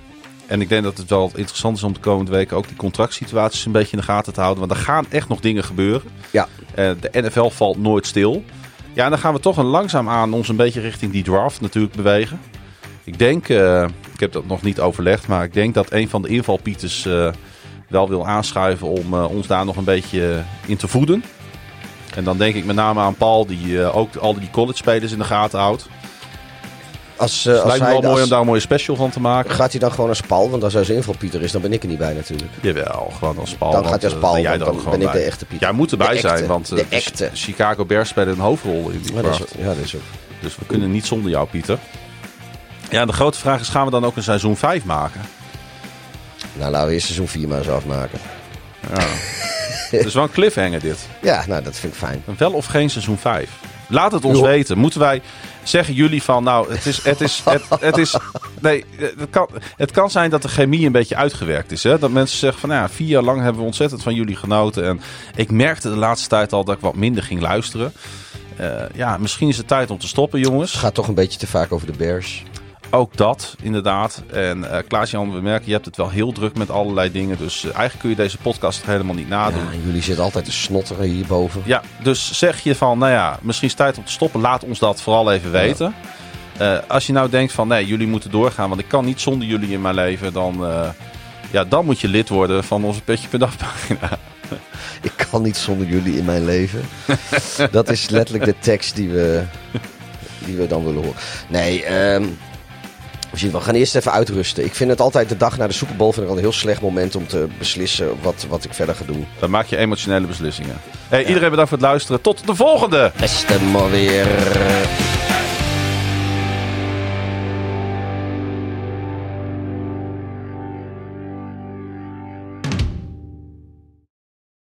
en ik denk dat het wel interessant is om de komende weken ook die contractsituaties een beetje in de gaten te houden. Want er gaan echt nog dingen gebeuren. Ja. Uh, de N F L valt nooit stil. Ja, en dan gaan we toch een langzaamaan ons een beetje richting die draft natuurlijk bewegen. Ik denk, uh, ik heb dat nog niet overlegd, maar ik denk dat een van de invalpieters uh, wel wil aanschuiven om uh, ons daar nog een beetje in te voeden. En dan denk ik met name aan Paul, die uh, ook al die college-spelers in de gaten houdt. Als, uh, dus het als lijkt me wel hij, mooi als, om daar een mooie special van te maken. Gaat hij dan gewoon als Paul? Want als hij zijn invalpieter is, dan ben ik er niet bij natuurlijk. Jawel, gewoon als Paul. Dan want, gaat hij als Paul, uh, jij dan, dan ben ik bij. de echte Pieter. Jij moet erbij de zijn, echte, want uh, de de echte. Chicago Bears spelen een hoofdrol in die ja, draft. dat is, ja, dat is ook. Dus we kunnen niet zonder jou, Pieter. Ja, de grote vraag is, gaan we dan ook een seizoen vijf maken? Nou, laten we eerst seizoen vier maar eens afmaken. Ja. Het is wel een cliffhanger dit. Ja, nou, dat vind ik fijn. Wel of geen seizoen vijf? Laat het ons Jo. weten. Moeten wij zeggen jullie van, nou, het is, het is, het, het is, nee, het kan, het kan zijn dat de chemie een beetje uitgewerkt is. Hè? Dat mensen zeggen van, nou ja, vier jaar lang hebben we ontzettend van jullie genoten. En ik merkte de laatste tijd al dat ik wat minder ging luisteren. Uh, ja, misschien is het tijd om te stoppen, jongens. Het gaat toch een beetje te vaak over de Bears. Ook dat, inderdaad. En uh, Klaas-Jan, we merken, je hebt het wel heel druk met allerlei dingen. Dus uh, eigenlijk kun je deze podcast helemaal niet nadoen. Ja, jullie zitten altijd te snotteren hierboven. Ja, dus zeg je van, nou ja, misschien is het tijd om te stoppen. Laat ons dat vooral even weten. Ja. Uh, als je nou denkt van, nee, jullie moeten doorgaan, want ik kan niet zonder jullie in mijn leven. Dan, uh, ja, dan moet je lid worden van onze Petje Per Dag pagina. Ik kan niet zonder jullie in mijn leven. Dat is letterlijk de tekst die we, die we dan willen horen. Nee, um, we gaan eerst even uitrusten. Ik vind het altijd de dag na de Super Bowl vind ik al een heel slecht moment om te beslissen wat, wat ik verder ga doen. Dan maak je emotionele beslissingen. Hey, ja. Iedereen bedankt voor het luisteren. Tot de volgende! Beste maar weer.